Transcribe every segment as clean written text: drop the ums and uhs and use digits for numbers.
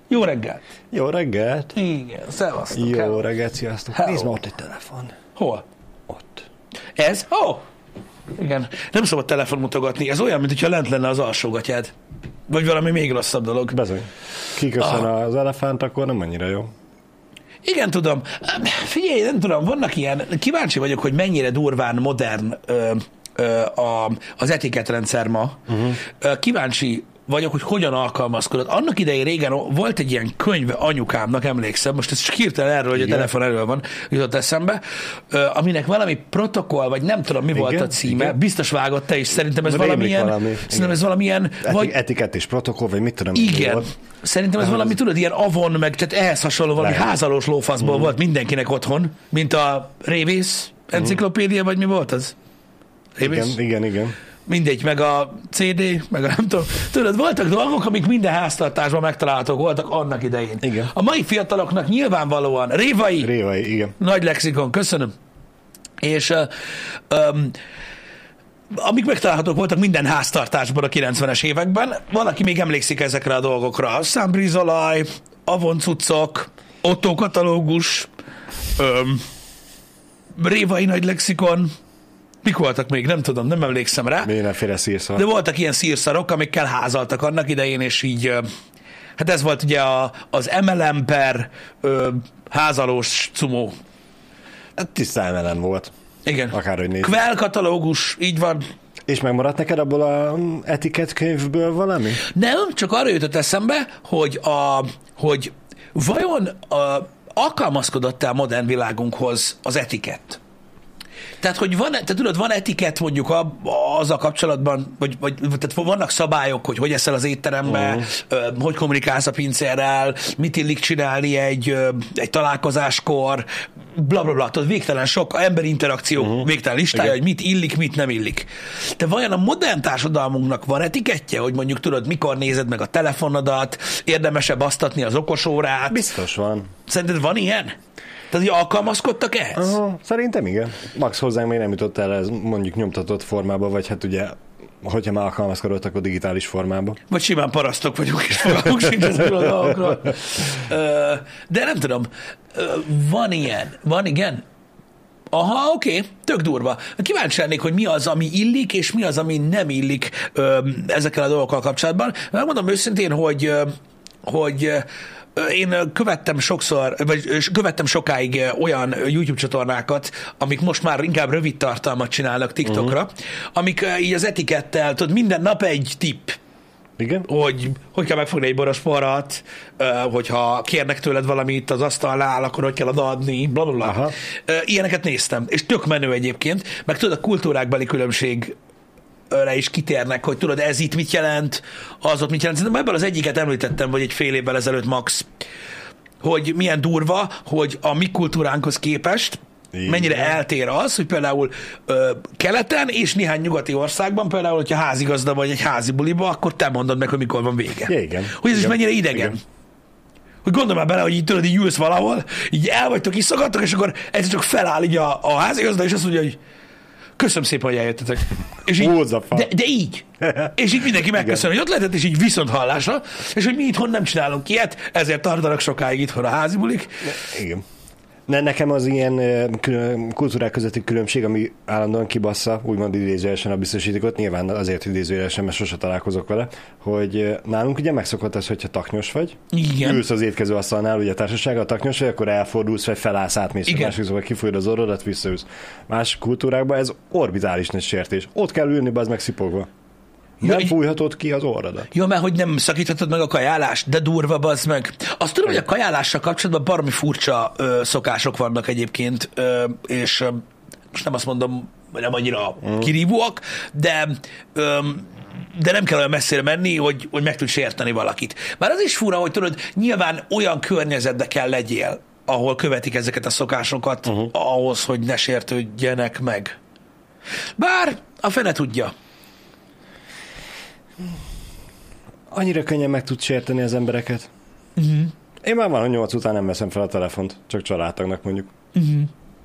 Jó reggelt. Jó reggelt. Igen, szevasztok. Jó reggelt, sziasztok. Hello. Nézd ma ott egy telefon. Hol? Ott. Ez? Ó! Oh. Igen. Nem szabad telefon mutogatni. Ez olyan, mintha lent lenne az alsógatyád. Vagy valami még rosszabb dolog. Bezony. Kiköszön az elefánt, akkor nem annyira jó. Igen, tudom. Figyelj, nem tudom, vannak ilyen, kíváncsi vagyok, hogy mennyire durván modern az etiketrendszer ma. Kíváncsi vagyok, hogy hogyan alkalmazkodott. Annak idején régen volt egy ilyen könyv anyukámnak, emlékszem, most ez hirtelen erről, hogy a telefon erről van, jutott eszembe, aminek valami protokoll, vagy nem tudom, mi volt a címe, igen. Biztos vágott te is, szerintem ez valamilyen, vagy etikett és protokoll, vagy mit tudom. igen. Volt. Szerintem ez valami, tudod, ilyen Avon, meg tehát ehhez hasonló valami házalós lófaszból volt mindenkinek otthon, mint a Révész enciklopédia, vagy mi volt az? Révész? Igen. Mindegy, meg a CD, meg a nem tudom. Tudod, voltak dolgok, amik minden háztartásban megtalálhatók voltak annak idején. Igen. A mai fiataloknak nyilvánvalóan Révai, igen. nagy lexikon, köszönöm. És amik megtalálhatók voltak minden háztartásban a 90-es években, valaki még emlékszik ezekre a dolgokra. Számbrizolaj, Avon cuccok, Otto katalógus, Révai nagy lexikon, mik voltak még? Nem tudom, nem emlékszem rá. Mindenféle szírszar. De voltak ilyen szírszarok, amikkel házaltak annak idején, és így, hát ez volt ugye az MLM per házalós cumó. Hát tisztán MLM volt. Igen. Akárhogy nézzük. Quell katalógus, így van. És megmaradt neked abból a etiketkönyvből valami? Nem, csak arra jutott eszembe, hogy vajon alkalmazkodott-e a modern világunkhoz az etikett? Tehát, hogy van etikett mondjuk azzal kapcsolatban, vagy tehát vannak szabályok, hogy eszel az étterembe, hogy kommunikálsz a pincérrel, mit illik csinálni egy találkozáskor, blablabla, tudod, végtelen sok emberi interakció, végtelen listája, hogy mit illik, mit nem illik. De vajon a modern társadalmunknak van etikettje, hogy mondjuk tudod, mikor nézed meg a telefonodat, érdemesebb asztatni az okosórát? Biztos van. Szerinted van ilyen? Tehát, hogy alkalmazkodtak ehhez? Szerintem igen. Max hozzánk még nem jutott el ez mondjuk nyomtatott formába, vagy hát ugye, hogyha már alkalmazkodottak a digitális formába. Vagy simán parasztok vagyunk, és fogalmunk sincs ezekről a dolgokról. De nem tudom, van ilyen? Van, igen? Aha, oké, tök durva. Kíváncsi lennék, hogy mi az, ami illik, és mi az, ami nem illik ezekkel a dolgokkal kapcsolatban. Megmondom őszintén, hogy én követtem sokáig olyan YouTube csatornákat, amik most már inkább rövid tartalmat csinálnak TikTokra, amik így az etikettel, tudod, minden nap egy tipp. Igen? Hogy kell megfogni egy boros parat, hogyha kérnek tőled valamit az asztalnál, akkor hogy kell odaadni, blablabla. Ilyeneket néztem, és tök menő egyébként, meg tudod, a kultúrákbeli különbség is kitérnek, hogy tudod, ez itt mit jelent, az ott mit jelent. Szerintem ebből az egyiket említettem, vagy egy fél évvel ezelőtt max, hogy milyen durva, hogy a mi kultúránkhoz képest mennyire eltér az, hogy például keleten és néhány nyugati országban, például, hogyha házigazda vagy egy házi buliba, akkor te mondod meg, hogy mikor van vége. Ja, igen. Hogy ez is mennyire idegen. Igen. Hogy gondolj már bele, hogy így tudod, így ülsz valahol, így el vagytok, iszogattok, és akkor egyszer csak feláll így a házigazda, és azt mondja, hogy köszönöm szépen, hogy eljöttetek. És így, de így. És így mindenki megköszön, hogy ott lehetett, és így viszont hallásra, és hogy mi itthon nem csinálunk ilyet, ezért tartanak sokáig itthon a házibulik. Igen. Nekem az ilyen kultúrák közötti különbség, ami állandóan kibassza, úgymond idézőjelesen a biztosítékot, nyilván azért idézőjelesen, mert sose találkozok vele, hogy nálunk ugye megszokott ez, hogyha taknyos vagy, igen. Ülsz az étkezőasztalnál, ugye a társasággal taknyos vagy, akkor elfordulsz, vagy felállsz, átmész, a másik szóval kifújod az orrodat, visszaülsz. Más kultúrákban ez orbitális nagy sértés. Ott kell ülni, bazd meg szipogva. Nem fújhatod ki az orradat. Jó, mert hogy nem szakíthatod meg a kajálást, de durva, bazd meg. Azt tudom, hogy a kajálással kapcsolatban baromi furcsa szokások vannak egyébként, és most nem azt mondom, hogy nem annyira kirívóak, de nem kell olyan messzire menni, hogy meg tudj sérteni valakit. Már az is fura, hogy tudod, nyilván olyan környezetbe kell legyél, ahol követik ezeket a szokásokat, ahhoz, hogy ne sértődjenek meg. Bár a fene tudja. Annyira könnyen meg tud sérteni az embereket. Én már van, hogy 8 után nem veszem fel a telefont, csak családtagnak mondjuk.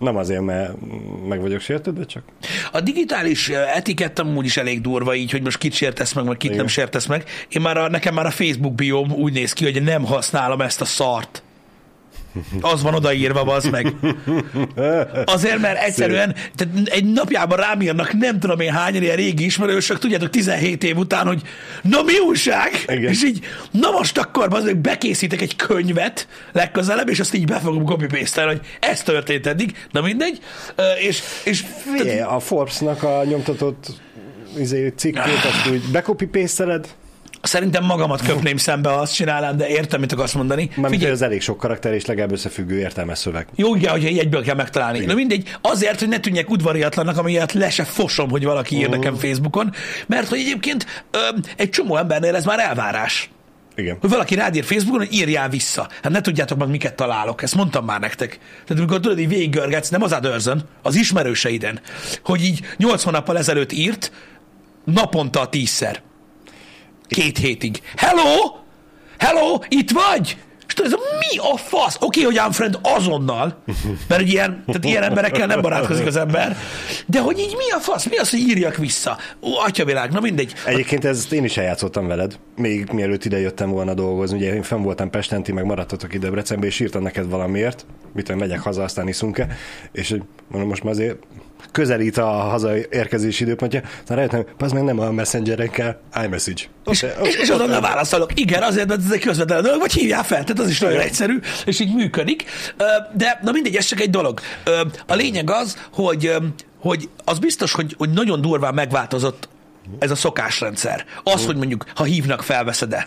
Nem azért, mert meg vagyok sértődve, csak... A digitális etikett amúgy is elég durva így, hogy most kit sértesz meg, kit nem sértesz meg. Nekem már a Facebook bióm úgy néz ki, hogy nem használom ezt a szart. Az van odaírva, bazd meg. Azért, mert egyszerűen tehát egy napjában rám írnak nem tudom én hány ilyen régi ismerősök, tudjátok, 17 év után, hogy na mi újság? Igen. És így, na most akkor bazd meg bekészítek egy könyvet legközelebb, és azt így be fogom copy-paste-elni, hogy ez történt eddig, na mindegy. És a Forbes-nak a nyomtatott cikkét, azt úgy becopy-paste-eled? Szerintem magamat köpném szembe, ha azt csinálnám, de értem, mit akarsz mondani. Mármint, hogy az elég sok karakter és legalább összefüggő értelmes szöveg. Jó, igen, hogyha egyből kell megtalálni. Igen. Na mindegy, azért, hogy ne tűnjek udvariatlannak, amiatt le se fosom, hogy valaki ír nekem Facebookon, mert hogy egyébként egy csomó embernél ez már elvárás. Igen. Hogy valaki rád ír Facebookon, hogy írjál vissza. Hát ne tudjátok meg, miket találok. Ezt mondtam már nektek. Tehát amikor tudod, így végiggörgetsz, nem az AdWords-ön, az ismerőseiden, hogy így 8 hónappal ezelőtt írt, naponta 10-szer. 2 hétig. Hello? Hello? Itt vagy? És tudod, mi a fasz? Oké, hogy unfriend azonnal, mert tehát ilyen emberekkel nem barátkozik az ember, de hogy így mi a fasz? Mi az, hogy írjak vissza? Ó, atyavilág, na mindegy. Egyébként ezt én is eljátszottam veled, még mielőtt ide jöttem volna dolgozni. Ugye én fenn voltam Pesten, ti meg maradtatok ide Debrecenbe, és írtam neked valamiért, mit megyek haza, aztán iszunk-e, és mondom, most már azért közelít a hazaérkezési időpontja, aztán rájöttem, az meg nem a Messengeren kell, iMessage. És azonnal válaszolok. Igen, azért, mert ez egy közvetlen dolog, vagy hívjál fel, tehát az is nagyon egyszerű, és így működik. De na mindegy, ez csak egy dolog. A lényeg az, hogy az biztos, hogy nagyon durván megváltozott ez a szokásrendszer. Az, hogy mondjuk, ha hívnak, felveszed-e.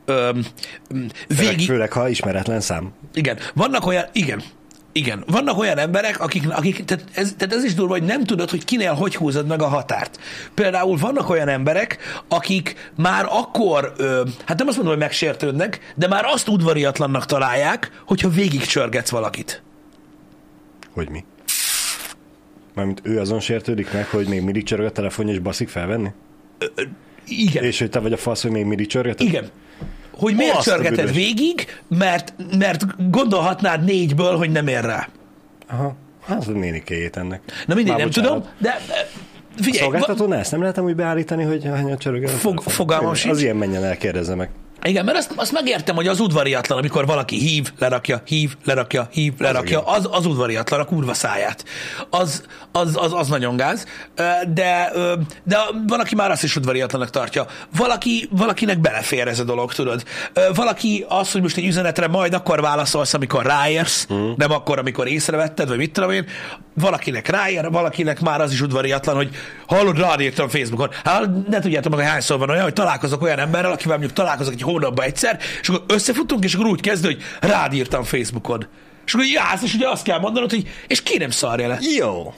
Főleg, ha ismeretlen szám. Igen. Vannak olyan, igen, vannak olyan emberek, akik tehát ez is durva, hogy nem tudod, hogy kinél hogy húzod meg a határt. Például vannak olyan emberek, akik már akkor, hát nem azt mondom, hogy megsértődnek, de már azt udvariatlannak találják, hogyha végigcsörgetsz valakit. Hogy mi? Mármint ő azon sértődik meg, hogy még mindig csörög a telefonja, és baszik felvenni? Igen. És hogy te vagy a fasz, hogy még mindig csörgeted? Igen. Hogy miért csörgeted végig, mert gondolhatnád 4-ből, hogy nem ér rá. Aha, hát az nénikéjét ennek. Na mindig nem tudom, de figyelj. Szolgáltatónál ezt nem lehetem úgy beállítani, hogy hányat csörög? Fogalmam sincs. Az ilyen menjen el, kérdezze meg. Igen, mert azt megértem, hogy az udvariatlan, amikor valaki hív, lerakja, az udvariatlan, a kurva száját. Az nagyon gáz, de van, aki már azt is udvariatlanak tartja. Valakinek belefér ez a dolog, tudod. Valaki azt, hogy most egy üzenetre majd akkor válaszolsz, amikor ráérsz, nem akkor, amikor észrevetted, vagy mit tudom én. Valakinek ráér, valakinek már az is udvariatlan, hogy hallod, rád írtam Facebookon. Hát ne tudjátok meg, hogy hányszor van olyan, hogy találkozok olyan emberrel, akivel mondjuk találkozok egy hónapban egyszer, és akkor összefutunk, és akkor úgy kezdő, hogy rád írtam Facebookon. És akkor jársz, és ugye azt kell mondanod, hogy és ki nem szarja le. Jó.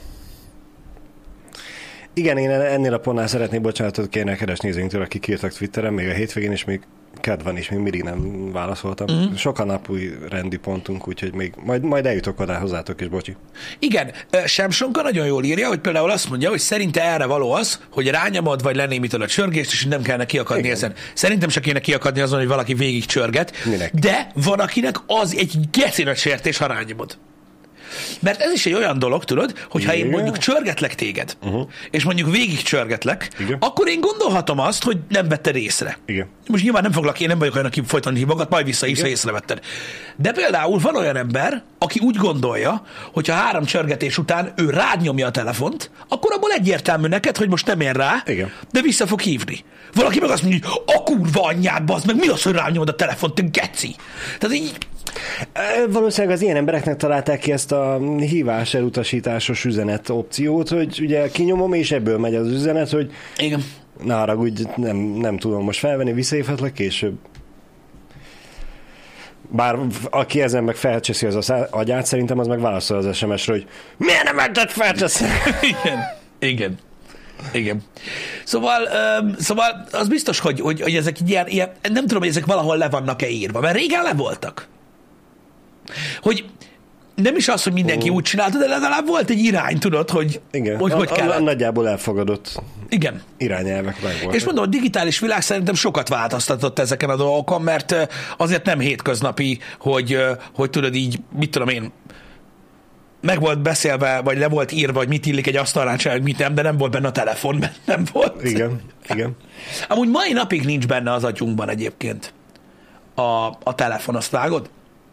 Igen, én ennél a pontnál szeretnék bocsánatot kérni a keres nézőinktől, akik írtak Twitteren, még a hétvégén, és még kedven is, még mindig nem válaszoltam. Sok a napúj rendi pontunk, úgyhogy még majd eljutok oda hozzátok is, bocsi. Igen, Semsonka nagyon jól írja, hogy például azt mondja, hogy szerinte erre való az, hogy rányomod, vagy lenémítod a csörgést, és nem kellene kiakadni ezen. Szerintem se kéne kiakadni azon, hogy valaki végig csörget. Minek? De van, akinek az egy geci nagy sértés, ha rányomod. Mert ez is egy olyan dolog, tudod, hogyha én mondjuk csörgetlek téged, és mondjuk végig csörgetlek, akkor én gondolhatom azt, hogy nem vetted észre. Igen. Most nyilván nem foglak, én nem vagyok olyan, aki folyton hív magad, majd vissza észrevetted. De például van olyan ember, aki úgy gondolja, hogy ha 3 csörgetés után ő rád nyomja a telefont, akkor abból egyértelmű neked, hogy most nem ér rá, de vissza fog hívni. Valaki meg azt mondja, hogy a kurva anyját, bazd meg, mi az, hogy rányomod a telefont, te geci? Tehát így... Valószínűleg az ilyen embereknek találták ki ezt a hívás elutasításos üzenet opciót, hogy ugye kinyomom, és ebből megy az üzenet, hogy igen. Ne haragudj, nem tudom most felvenni, visszahívhatlak később. Bár aki ezen meg felcseszi az agyát, szerintem az meg válaszol az SMS-re, hogy miért nem vetted felcseszni? Igen. Szóval az biztos, hogy ezek ilyen, nem tudom, hogy ezek valahol le vannak-e írva, mert régen le voltak. Hogy nem is az, hogy mindenki úgy csinálta, de legalább volt egy irány, tudod, hogy hogy kell. Nagyjából elfogadott irányelvek meg volt. És mondom, a digitális világ szerintem sokat változtatott ezeken a dolgokon, mert azért nem hétköznapi, hogy tudod így, mit tudom én, meg volt beszélve, vagy le volt írva, hogy mit illik egy asztalán csinálni, mit nem, de nem volt benne a telefon, nem volt. Igen. Amúgy mai napig nincs benne az agyunkban egyébként a telefon, azt vágod?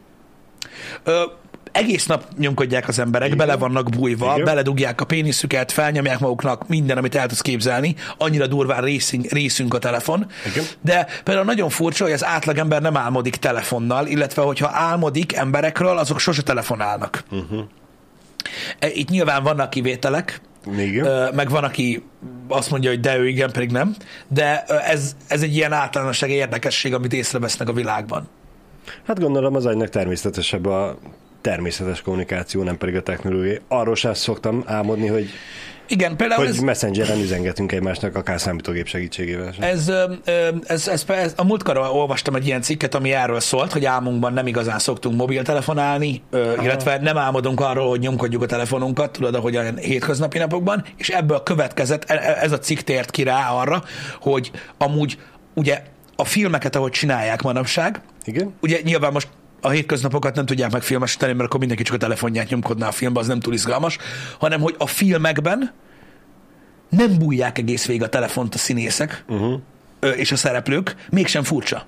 Egész nap nyomkodják az emberek, igen, bele vannak bújva, igen, beledugják a péniszüket, felnyomják maguknak minden, amit el tudsz képzelni, annyira durván részünk a telefon. Igen. De például nagyon furcsa, hogy az átlagember nem álmodik telefonnal, illetve hogyha álmodik emberekről, azok sose telefonálnak. Itt nyilván vannak kivételek, igen, meg van, aki azt mondja, hogy de ő igen, pedig nem, de ez egy ilyen általánosság, érdekesség, amit észrevesznek a világban. Hát gondolom az agynak természetesebb a természetes kommunikáció, nem pedig a technológia. Arról sem szoktam álmodni, hogy, igen, például hogy Messengeren üzengetünk egymásnak, akár számítógép segítségével. Ez a múltkor olvastam egy ilyen cikket, ami erről szólt, hogy álmunkban nem igazán szoktunk mobiltelefonálni, illetve nem álmodunk arról, hogy nyomkodjuk a telefonunkat, tudod, ahogy a hétköznapi napokban, és ebből következett, ez a cikk tért ki rá arra, hogy amúgy ugye a filmeket, ahogy csinálják manapság, igen, ugye nyilván most a hétköznapokat nem tudják megfilmesíteni, mert akkor mindenki csak a telefonját nyomkodná a filmbe, az nem túl izgalmas, hanem hogy a filmekben nem bújják egész végig a telefont a színészek és a szereplők, mégsem furcsa.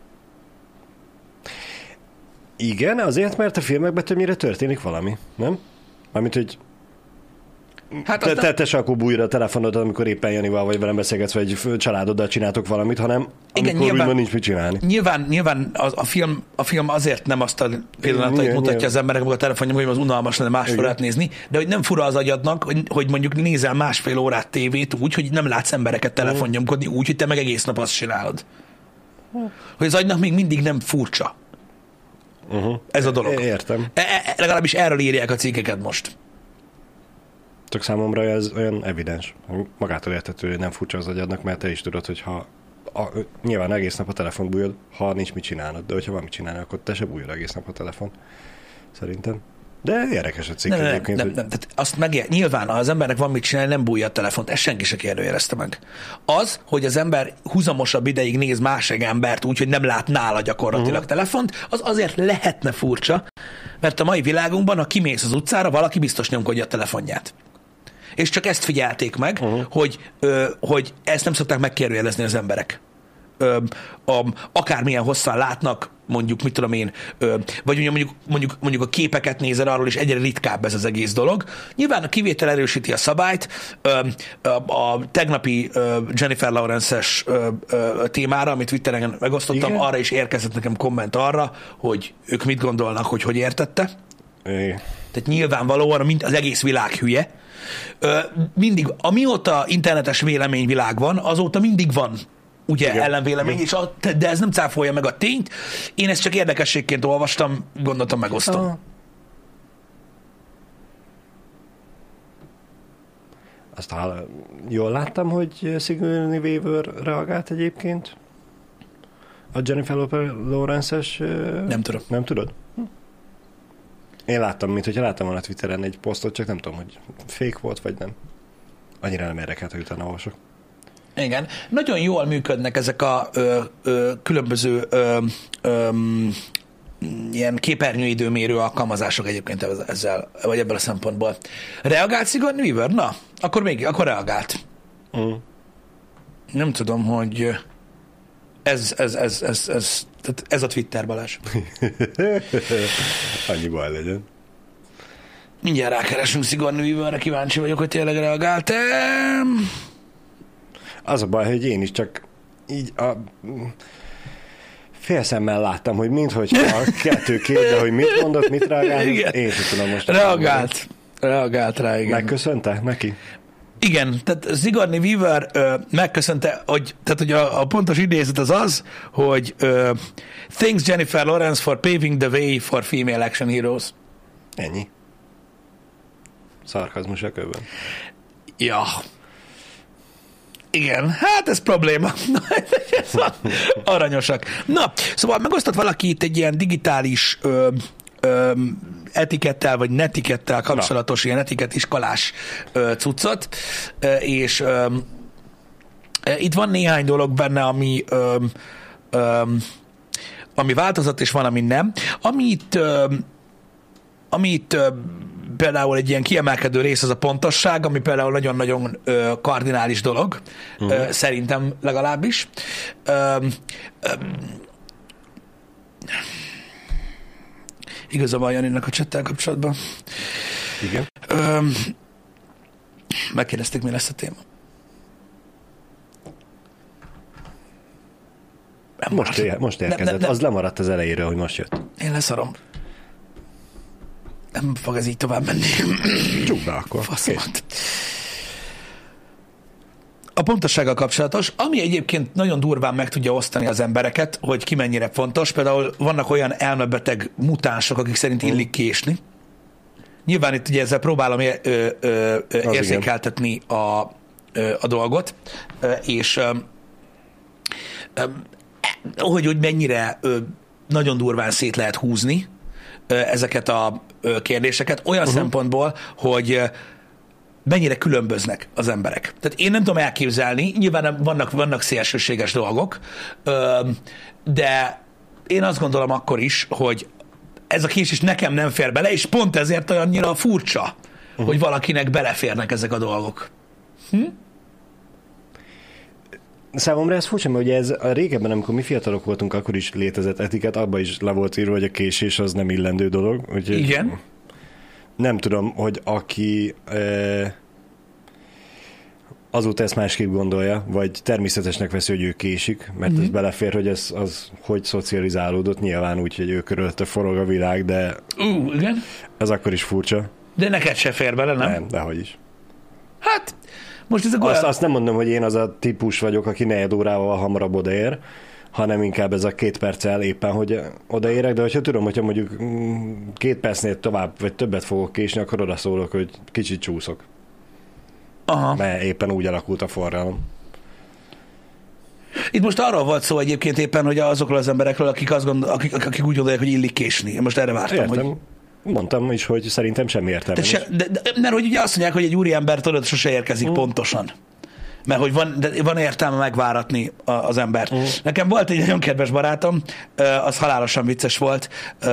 Igen, azért, mert a filmekben többnyire történik valami, nem? Mármint, hogy hát te se akkor bújra a telefonod, amikor éppen Janival vagy velem beszélgetsz, vagy családoddal csináltok valamit, hanem igen, amikor nyilván, nincs mit csinálni. Nyilván a film azért nem azt a pillanatait mutatja az emberek, a telefonjában, hogy az unalmas lenne másfél órát nézni, de hogy nem fura az agyadnak, hogy mondjuk nézel másfél órát tévét úgy, hogy nem látsz embereket telefonnyomkodni úgy, hogy te meg egész nap azt csinálod. Hogy az agynak még mindig nem furcsa. Ez a dolog. Értem. Legalábbis erről írják a cikkeket most. Csak számomra ez olyan evidens. Magától értető, hogy nem furcsa az agyadnak, mert te is tudod, hogy nyilván egész nap a telefon bújod, ha nincs mit csinálnod, de hogyha van mit csinálni, akkor te se bújod egész nap a telefon. Szerintem. De érdekes a cikk egyébként. Nem. Tehát azt nyilván, ha az embernek van mit csinálni, nem bújja a telefont. Ezt senki se kérdőjelezte meg. Az, hogy az ember húzamosabb ideig néz másik embert úgy, hogy nem lát nála gyakorlatilag telefont, az azért lehetne furcsa, mert a mai világunkban, ha kimész az utcára, valaki biztos nyomkodja a telefonját. És csak ezt figyelték meg, hogy ezt nem szokták megkérdőjelezni az emberek. Akármilyen hosszan látnak, mondjuk, mit tudom én, vagy mondjuk a képeket nézel arról, és egyre ritkább ez az egész dolog. Nyilván a kivétel erősíti a szabályt. A tegnapi Jennifer Lawrence-es témára, amit Twitteren megosztottam, igen, arra is érkezett nekem komment arra, hogy ők mit gondolnak, hogy értette. Igen. Tehát nyilvánvalóan az egész világ hülye. Mindig, amióta internetes véleményvilág van, azóta mindig van ugye ellenvélemény, és de ez nem cáfolja meg a tényt. Én ezt csak érdekességként olvastam, gondoltam, megosztom. Azt jól láttam, hogy Sigourney Weaver reagált egyébként a Jennifer Lawrence-es... Nem tudom. Nem tudod? Én láttam, mintha láttam volna Twitteren egy posztot, csak nem tudom, hogy fake volt, vagy nem. Annyira nem érdekelt, hogy utána olvasok. Igen. Nagyon jól működnek ezek a különböző ilyen képernyőidőmérő alkalmazások egyébként ezzel, vagy ebből a szempontból. Reagált Sigourney Weaver? Na, akkor reagált. Nem tudom, hogy ez a Twitter, Balázs. Annyi baj legyen. Mindjárt rákeresünk Sigourney Weaverre, kíváncsi vagyok, hogy tényleg reagált. Az a baj, hogy én is csak így félszemmel láttam, hogy minthogyha kettő-két, de hogy mit mondott, mit reagált, én sem tudom most. Reagált rá, igen. Megköszönte neki? Igen, tehát Sigourney Weaver megköszönte, hogy a pontos idézet az, hogy thanks Jennifer Lawrence for paving the way for female action heroes. Ennyi. Szarkazmus a kőben. Ja. Igen, hát ez probléma. Aranyosak. Na, szóval megosztott valaki itt egy ilyen digitális etikettel, vagy netikettel kapcsolatos ilyen etiket iskolás cuccot, és itt van néhány dolog benne, ami változott, és van, ami nem. Amit például egy ilyen kiemelkedő rész az a pontosság, ami például nagyon-nagyon kardinális dolog, szerintem legalábbis. Igaza van Janinak a csettel kapcsolatban. Igen. Megkérdezték, mi lesz a téma. Most érkezett. Az lemaradt az elejéről, hogy most jött. Én leszarom. Nem fog ez így tovább menni. Csukd be akkor. Faszomat. A pontossággal kapcsolatos, ami egyébként nagyon durván meg tudja osztani az embereket, hogy ki mennyire fontos. Például vannak olyan elmebeteg mutánsok, akik szerint illik késni. Nyilván itt ugye ezzel próbálom érzékeltetni a dolgot, és hogy mennyire nagyon durván szét lehet húzni ezeket a kérdéseket, olyan szempontból, hogy mennyire különböznek az emberek. Tehát én nem tudom elképzelni, nyilván vannak szélsőséges dolgok, de én azt gondolom akkor is, hogy ez a késés nekem nem fér bele, és pont ezért olyannyira furcsa, hogy valakinek beleférnek ezek a dolgok. Számomra ez furcsa, mert ugye ez a régebben, amikor mi fiatalok voltunk, akkor is létezett etiket, abban is le volt írva, hogy a késés az nem illendő dolog. Úgyhogy igen. Nem tudom, hogy aki azóta ezt másképp gondolja, vagy természetesnek veszi, hogy ő késik, mert ez belefér, hogy ez az hogy szocializálódott, nyilván úgy, hogy ő körülötte forog a világ, de igen. Ez akkor is furcsa. De neked se fér bele, nem? Nem, dehogy is. Hát, most ez azt nem mondom, hogy én az a típus vagyok, aki 4 órával hamarabb odaér, hanem inkább ez a 2 perccel éppen, hogy odaérek, de hogyha tudom, hogyha mondjuk 2 percnél tovább, vagy többet fogok késni, akkor oda szólok, hogy kicsit csúszok. Aha. Mert éppen úgy alakult a forralom. Itt most arról volt szó egyébként éppen, hogy azokról az emberekről, akik úgy gondolják, hogy illik késni. Én most erre vártam, értem. hogy... Mondtam is, hogy szerintem semmi értelme. Mert hogy ugye azt mondják, hogy egy úriember tudod, sose érkezik pontosan. Mert hogy van értelme megváratni az embert. Nekem volt egy nagyon kedves barátom, az halálosan vicces volt,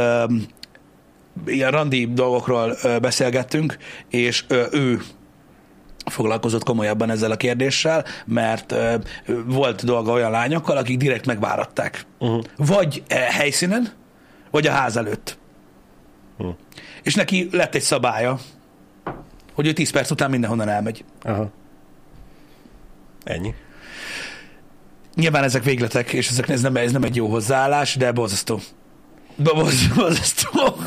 ilyen randi dolgokról beszélgettünk, és ő foglalkozott komolyabban ezzel a kérdéssel, mert volt dolga olyan lányokkal, akik direkt megváratták. Vagy helyszínen, vagy a ház előtt. És neki lett egy szabálya, hogy ő 10 perc után mindenhonnan elmegy. Aha. Ennyi. Nyilván ezek végletek, és ez nem egy jó hozzáállás, de borzasztó. Borzasztó.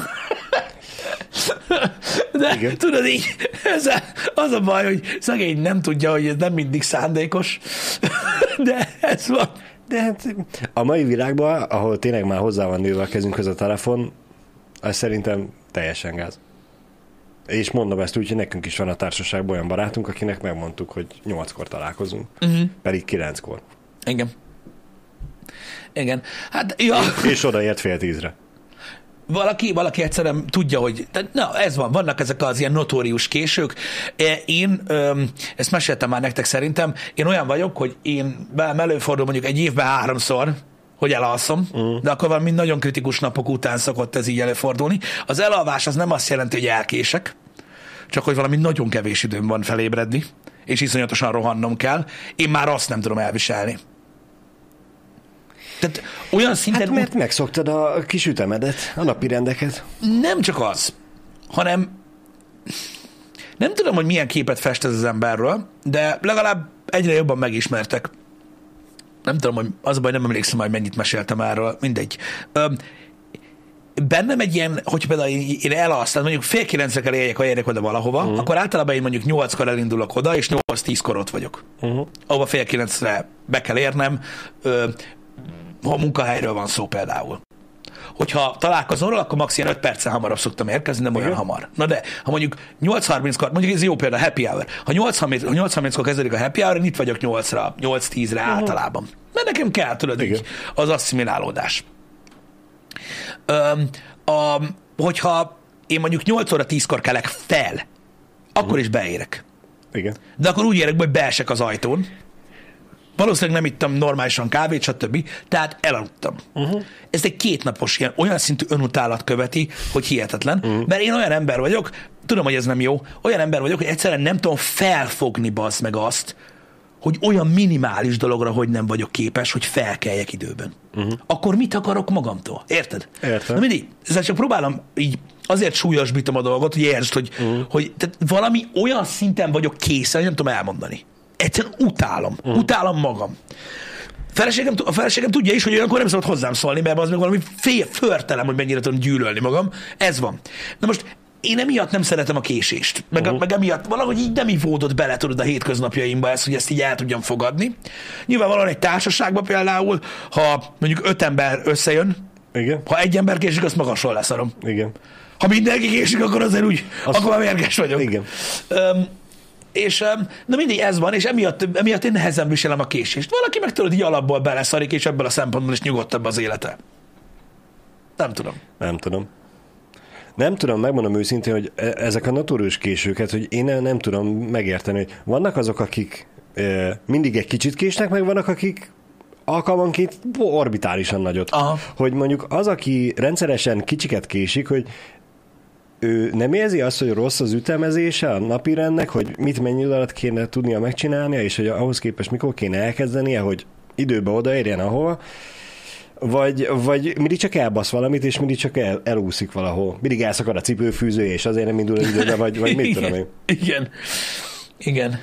De igen. Tudod így, az a baj, hogy szegény nem tudja, hogy ez nem mindig szándékos, de ez van. De hát a mai világban, ahol tényleg már hozzá van nőve a kezünkhöz a telefon, az szerintem teljesen gáz. És mondom ezt úgy, hogy nekünk is van a társaságban olyan barátunk, akinek megmondtuk, hogy 8-kor találkozunk, pedig 9-kor. Igen. Igen. Hát, ja. És odaért 9:30-re. Valaki egyszerűen tudja, hogy ez van, vannak ezek az ilyen notórius késők. Én ezt meséltem már nektek szerintem, én olyan vagyok, hogy én előfordul mondjuk egy évben 3-szor, hogy elalszom, de akkor valami nagyon kritikus napok után szokott ez így előfordulni. Az elalvás az nem azt jelenti, hogy elkések, csak hogy valami nagyon kevés időm van felébredni, és iszonyatosan rohannom kell. Én már azt nem tudom elviselni. Tehát olyan szinten... Hát mert megszoktad a kis ütemedet, a napi rendeket. Nem csak az, hanem nem tudom, hogy milyen képet fest ez az emberről, de legalább egyre jobban megismertek. Nem tudom, hogy az a baj, nem emlékszem, hogy mennyit meséltem erről, mindegy. Bennem egy ilyen, hogy például én elalsztam, mondjuk 8:30-re kell érjek oda valahova, akkor általában én mondjuk 8-kor elindulok oda, és 8-10-kor ott vagyok. Ahova 8:30-re be kell érnem, ha munkahelyről van szó például. Hogyha találkozom róla, akkor max. 5 perccel hamarabb szoktam érkezni, nem olyan hamar. Na de, ha mondjuk 8:30-kor, mondjuk ez jó példa, happy hour. Ha 8:30-kor kezdődik a happy hour, én itt vagyok 8-ra, 8-10-re általában. Mert nekem kell, tudod, így, az asszimilálódás. Hogyha én mondjuk 8 óra 10-kor kelek fel, akkor is beérek. Igen. De akkor úgy érek, hogy beesek az ajtón, Valószínűleg nem ittam normálisan kávét, stb. Tehát elaludtam. Ez egy 2 napos ilyen, olyan szintű önutálat követi, hogy hihetetlen. Mert én olyan ember vagyok, tudom, hogy ez nem jó, olyan ember vagyok, hogy egyszerűen nem tudom felfogni bazd meg azt, hogy olyan minimális dologra, hogy nem vagyok képes, hogy felkeljek időben. Akkor mit akarok magamtól? Érted? Értem. Na mindig, ezzel csak próbálom így, azért súlyosbítom a dolgot, hogy értsd, hogy tehát valami olyan szinten vagyok készen, hogy nem tudom elmondani. Egyszerűen utálom. Utálom magam. A feleségem tudja is, hogy olyankor nem szabad hozzám szólni, mert az meg valami förtelem, hogy mennyire tudom gyűlölni magam. Ez van. Na most én emiatt nem szeretem a késést. Meg emiatt valahogy így nem ivódott bele, tudod, a hétköznapjaimba ez, hogy ezt így el tudjam fogadni. Nyilvánvalóan egy társaságban például, ha mondjuk 5 ember összejön, Igen. ha egy ember késik, azt magasról leszarom. Igen. Ha mindenki késik, akkor azért úgy, akkor már mérges vagyok. Igen. És na mindig ez van, és emiatt én nehezen viselem a késést. Valaki meg tudod, így alapból beleszarik, és ebből a szempontból is nyugodtabb az élete. Nem tudom. Nem tudom, megmondom őszintén, hogy ezek a notórius későket, hogy én nem tudom megérteni, hogy vannak azok, akik mindig egy kicsit késnek, meg vannak, akik alkalmanként orbitálisan nagyot. Aha. Hogy mondjuk az, aki rendszeresen kicsiket késik, hogy ő nem érzi azt, hogy rossz az ütemezése a napirendnek, hogy mit mennyi alatt kéne tudnia megcsinálnia, és hogy ahhoz képest mikor kéne elkezdenie, hogy időbe odaérjen ahova, vagy mindig csak elbasz valamit, és mindig csak elúszik valahol. Mindig elszakad a cipőfűzője, és azért nem indul időbe, vagy mit tudom én. Igen.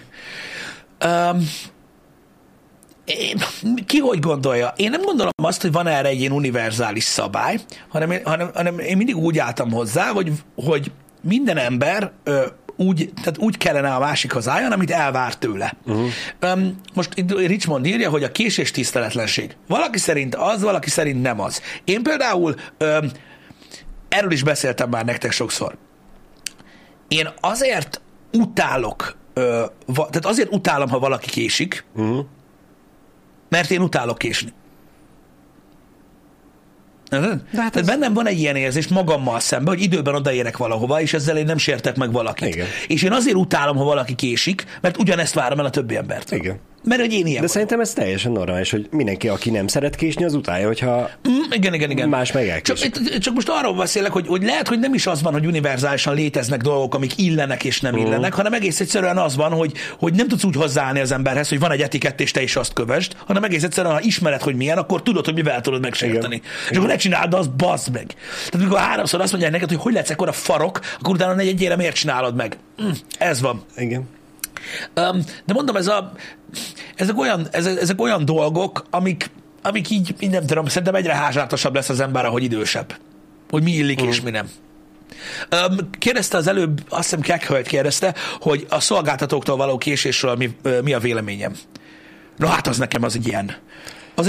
Ki hogy gondolja? Én nem gondolom azt, hogy van erre egy ilyen univerzális szabály, hanem én mindig úgy álltam hozzá, hogy minden ember úgy kellene a másikhoz álljon, amit elvár tőle. Most Richmond írja, hogy a késés tiszteletlenség. Valaki szerint az, valaki szerint nem az. Én például erről is beszéltem már nektek sokszor. Én azért utálok, tehát azért utálom, ha valaki késik, mert én utálok késni. Tehát bennem van egy ilyen érzés magammal szemben, hogy időben odaérek valahova, és ezzel én nem sértek meg valakit. Igen. És én azért utálom, ha valaki késik, mert ugyanezt várom el a többi embertől. Igen. Mert hogy én ilyen De szerintem ez teljesen normális, hogy mindenki, aki nem szeret késni, az utálja, hogyha igen. más meg elkésik. Csak most arról beszélek, hogy lehet, hogy nem is az van, hogy univerzálisan léteznek dolgok, amik illenek és nem illenek, hanem egész egyszerűen az van, hogy nem tudsz úgy hozzáállni az emberhez, hogy van egy etikett, és te is azt kövesd, hanem egész egyszerűen, ha ismered, hogy milyen, akkor tudod, hogy mivel tudod megsérteni. És akkor ne csináld, az bazd meg. Tehát amikor 3-szor azt mondják neked, hogy lehetsz ekkora farok, akkor utána egyére miért csinálod meg? Ez van. Igen. De mondom, ezek olyan dolgok, amik így nem tudom, szerintem egyre házsártosabb lesz az ember, ahogy idősebb. Hogy mi illik és mi nem. Kérdezte az előbb, azt hiszem Kekhölt kérdezte, hogy a szolgáltatóktól való késésről mi a véleményem. Na hát az nekem az egy ilyen, az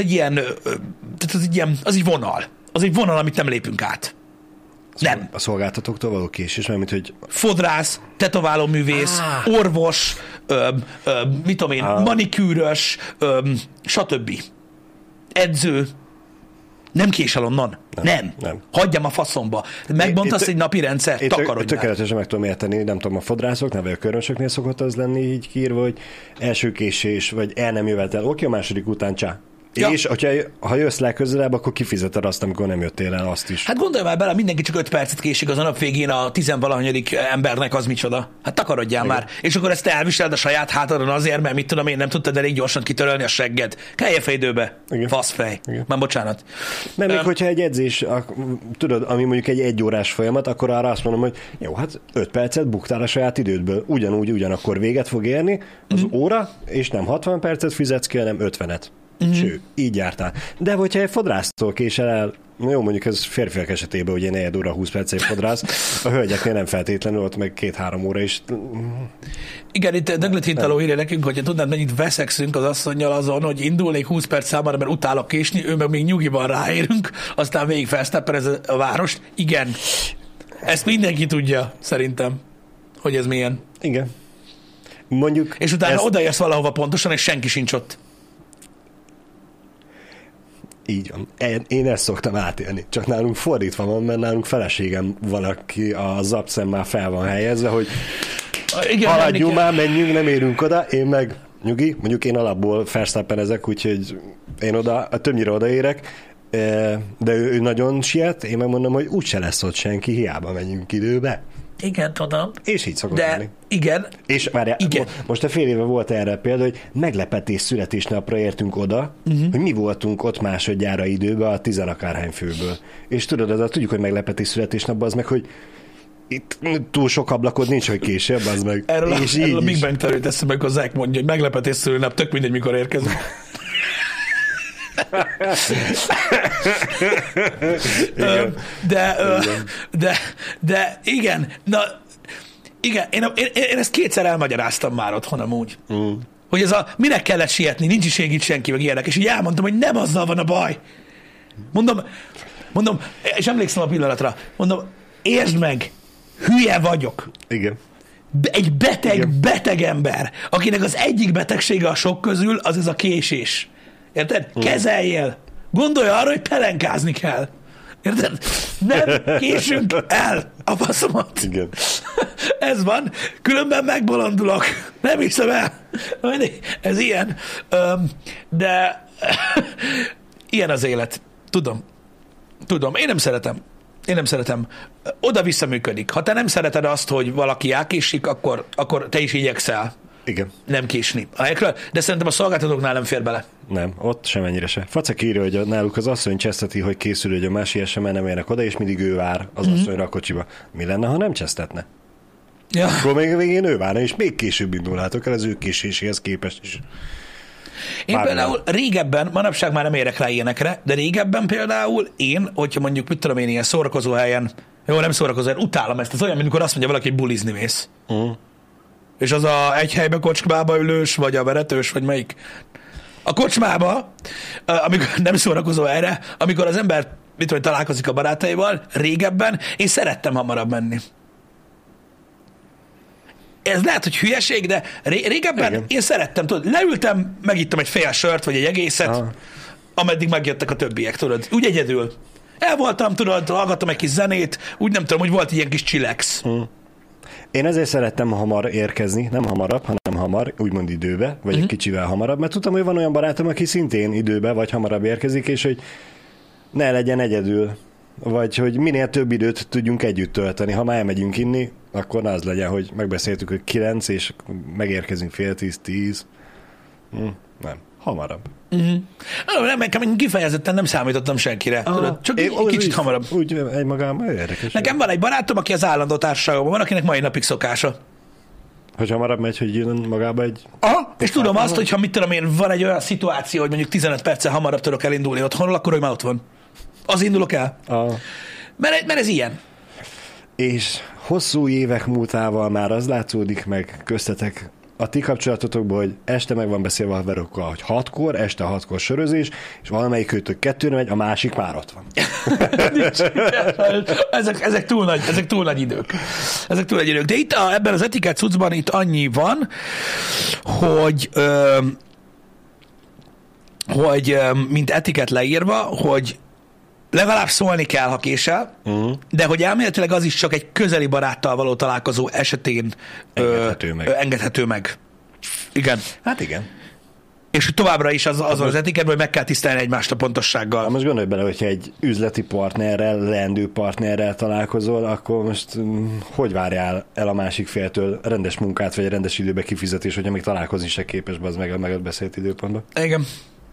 egy vonal. Az egy vonal, amit nem lépünk át. Nem. A szolgáltatóktól való késés, mert hogy... Fodrász, tetoválóművész, orvos, mit tudom én, manikűrös, stb. Edző. Nem késel onnan. Nem. Hagyjam a faszomba. Megbontasz egy napi rendszer, takarodj tökéletesen meg tudom érteni, nem tudom, a fodrászoknál, vagy a körömsöknél szokott az lenni így kiírva, hogy első késés, vagy el nem jövetel. Oké, a második után csá. Ja. És ha jössz legközelebb, akkor kifizeted azt, amikor nem jöttél el, azt is. Hát gondolj már bele, mindenki csak 5 percet késik az a nap végén a 10-valahanyadik embernek, az micsoda. Hát takarodjál már. És akkor ezt elviseled a saját hátadon azért, mert mit tudom én, nem tudtad elég gyorsan kitörölni a segged. Kelje fejdőbe. Faszfej. Már bocsánat. Mert még hogyha egy edzés, tudod, ami mondjuk egy 1 órás folyamat, akkor arra azt mondom, hogy jó, hát 5 percet buktál a saját idődből. Ugyanakkor véget fog érni az óra, és nem 60 percet fizetsz ki, hanem 50-et. Sőt, így jártál. De hogyha egy fodrásztól késel el, jó, mondjuk ez férfiak esetében, hogy egy 4 óra 20 perc egy fodrász, a hölgyeknél nem feltétlenül, ott meg 2-3 óra is. Igen, itt Döglet Hintaló írja nekünk, hogy tudnád, mennyit veszekszünk az asszonnyal azon, hogy indulnék 20 perc számára, mert utálok késni, ő meg még nyugiban ráérünk, aztán végig felsztepperez a várost. Igen, ezt mindenki tudja, szerintem, hogy ez milyen. Igen. Mondjuk és utána odaérsz valahova pontosan, és senki sincs ott. Így van. Én ezt szoktam átélni. Csak nálunk fordítva van, mert nálunk feleségem van, aki a zapszem már fel van helyezve, hogy igen, haladjunk már, menjünk, nem érünk oda, én meg nyugi, mondjuk én alapból Verstappen-ezek, úgyhogy én többnyire odaérek, de ő nagyon siet, én megmondom, hogy úgyse lesz ott senki, hiába megyünk időbe. Igen, tudom. És így szokott lenni. Igen. És várjál, most a fél éve volt erre példa, hogy meglepetés születésnapra értünk oda, hogy mi voltunk ott másodjára időben a 10 akárhány főből. És tudod, tudjuk, hogy meglepetés születésnapban az meg, hogy itt túl sok ablakod nincs, hogy később, az meg. Erről a Big Bang Theory-t eszembe, amikor Zach mondja, hogy meglepetés szülőnap, tök mindegy, mikor érkezünk. De igen, na igen, én ezt kétszer elmagyaráztam már otthon amúgy. Hogy ez minek kellett sietni, nincs is itt senki, meg ilyenek, és így elmondtam, hogy nem azzal van a baj. Mondom, és emlékszem a pillanatra, mondom, értsd meg, hülye vagyok. Igen. Egy beteg ember, akinek az egyik betegsége a sok közül, az ez a késés. Érted? Kezeljél. Gondolj arra, hogy pelenkázni kell. Érted? Nem késünk el a faszomat. Igen. Ez van. Különben megbolondulok. Nem hiszem el. Ez ilyen. De ilyen az élet. Tudom. Én nem szeretem. Oda-vissza működik. Ha te nem szereted azt, hogy valaki elkésik, akkor te is igyekszel. Igen. Nem késni a helyekről, de szerintem a szolgáltatóknál nem fér bele. Nem, ott semennyire se. Facek írja, hogy náluk az asszony cseszteti, hogy készül, hogy a más ilyesen nem érnek oda, és mindig ő vár az asszonyra a kocsiba. Mi lenne, ha nem csesztetne? Ja. Akkor még a végén ő várna, és még később indulhatok el az ő késéséhez képest is. Én például régebben, manapság már nem érek rá ilyenekre, de régebben például hogyha mondjuk, mit tudom én, ilyen szórakozó helyen, nem szórakozó helyen, utálom ezt, az olyan, mint amikor azt mondja valaki, hogy bulizni mész. És az egy helybe kocsmába ülős, vagy a veretős, vagy melyik? A kocsmába, amikor nem szórakozó erre, amikor az ember találkozik a barátaival, régebben én szerettem hamarabb menni. Ez lehet, hogy hülyeség, de régebben igen. Én szerettem, tudod, leültem, megittem egy fél sört, vagy egy egészet, ameddig megjöttek a többiek, tudod, úgy egyedül. El voltam, tudod, hallgattam egy kis zenét, úgy nem tudom, hogy volt ilyen kis chillax. Én ezért szerettem hamar érkezni, nem hamarabb, hanem hamar, úgymond időbe, vagy egy kicsivel hamarabb, mert tudtam, hogy van olyan barátom, aki szintén időbe, vagy hamarabb érkezik, és hogy ne legyen egyedül, vagy hogy minél több időt tudjunk együtt tölteni. Ha már elmegyünk inni, akkor az legyen, hogy megbeszéltük, hogy 9, és megérkezünk fél 10. Nem, hamarabb. Nem, kifejezetten nem számítottam senkire. Tudod, csak egy kicsit hamarabb. Úgy egymagában érdekes. Nekem van egy barátom, aki az állandó társaságban van, akinek mai napig szokása. Hogy hamarabb megy, hogy jön magába egy... És tudom azt, hogy ha mit tudom én, van egy olyan szituáció, hogy mondjuk 15 perccel hamarabb tudok elindulni otthonról, akkor hogy már ott van. Az indulok el. Mert ez ilyen. És hosszú évek múltával már az látszódik meg köztetek a ti kapcsolatotokból, hogy este meg van beszélve a haverokkal, hogy 6-kor, este 6-kor sörözés, és valamelyik őtök 2-re megy, a másik már ott van. ezek túl nagy idők. De itt ebben az etikett cuccban itt annyi van, hogy mint etikett leírva, hogy legalább szólni kell, ha késel, de hogy elméletileg az is csak egy közeli baráttal való találkozó esetén engedhető meg. Igen. Hát igen. És továbbra is az etiketben, hogy meg kell tisztelni egymást a pontossággal. Most gondolj bele, hogyha egy üzleti partnerrel, leendő partnerrel találkozol, akkor most hogy várjál el a másik féltől rendes munkát, vagy rendes időbe kifizetés, hogyha még találkozni se képes az meg a megbeszélt időpontban? Igen.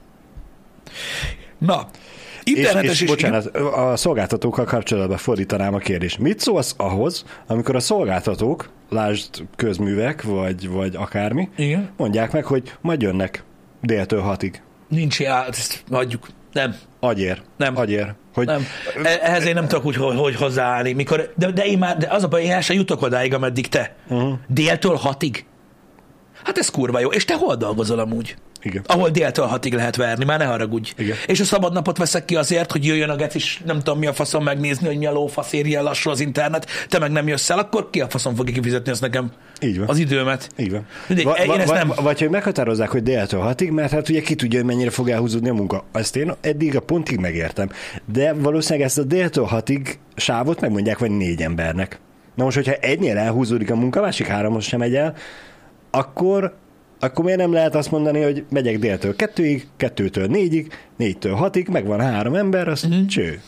Na, internetes és bocsánat, a szolgáltatókkal kapcsolatban fordítanám a kérdést. Mit szólsz ahhoz, amikor a szolgáltatók, lásd közművek, vagy akármi, igen, mondják meg, hogy majd jönnek déltől 6-ig. Nincs ilyen, ezt hagyjuk. Nem. Agyér. Nem. Agyér. Hogy... Nem. Ehhez én nem tudok úgy, hogy hozzáállni. De az a baj, én el sem jutok odáig, ameddig te. Déltől 6-ig? Hát ez kurva jó. És te hol dolgozol amúgy? Igen. Ahol déltől 6-ig lehet verni, már ne haragudj. Igen. És a szabad napot veszek ki azért, hogy jöjjön a gec, és nem tudom mi a faszom megnézni, hogy mi a lófasz, érjen lassú az internet, te meg nem jössz el, akkor ki a faszom fogja kifizetni azt nekem? Így van. Az időmet. Így van. Nem... Vagy hogy meghatározzák, hogy déltől 6-ig, mert hát ugye ki tudja, hogy mennyire fog elhúzódni a munka. Ezt én eddig a pontig megértem. De valószínűleg ezt a déltől 6-ig sávot megmondják vagy 4 embernek. Na most, hogyha egynél elhúzódik a munka, másik 3-hoz sem megy el, akkor akkor miért nem lehet azt mondani, hogy megyek déltől 2-ig, 2-től 4-ig, 4-től 6-ig, megvan 3 ember, az cső.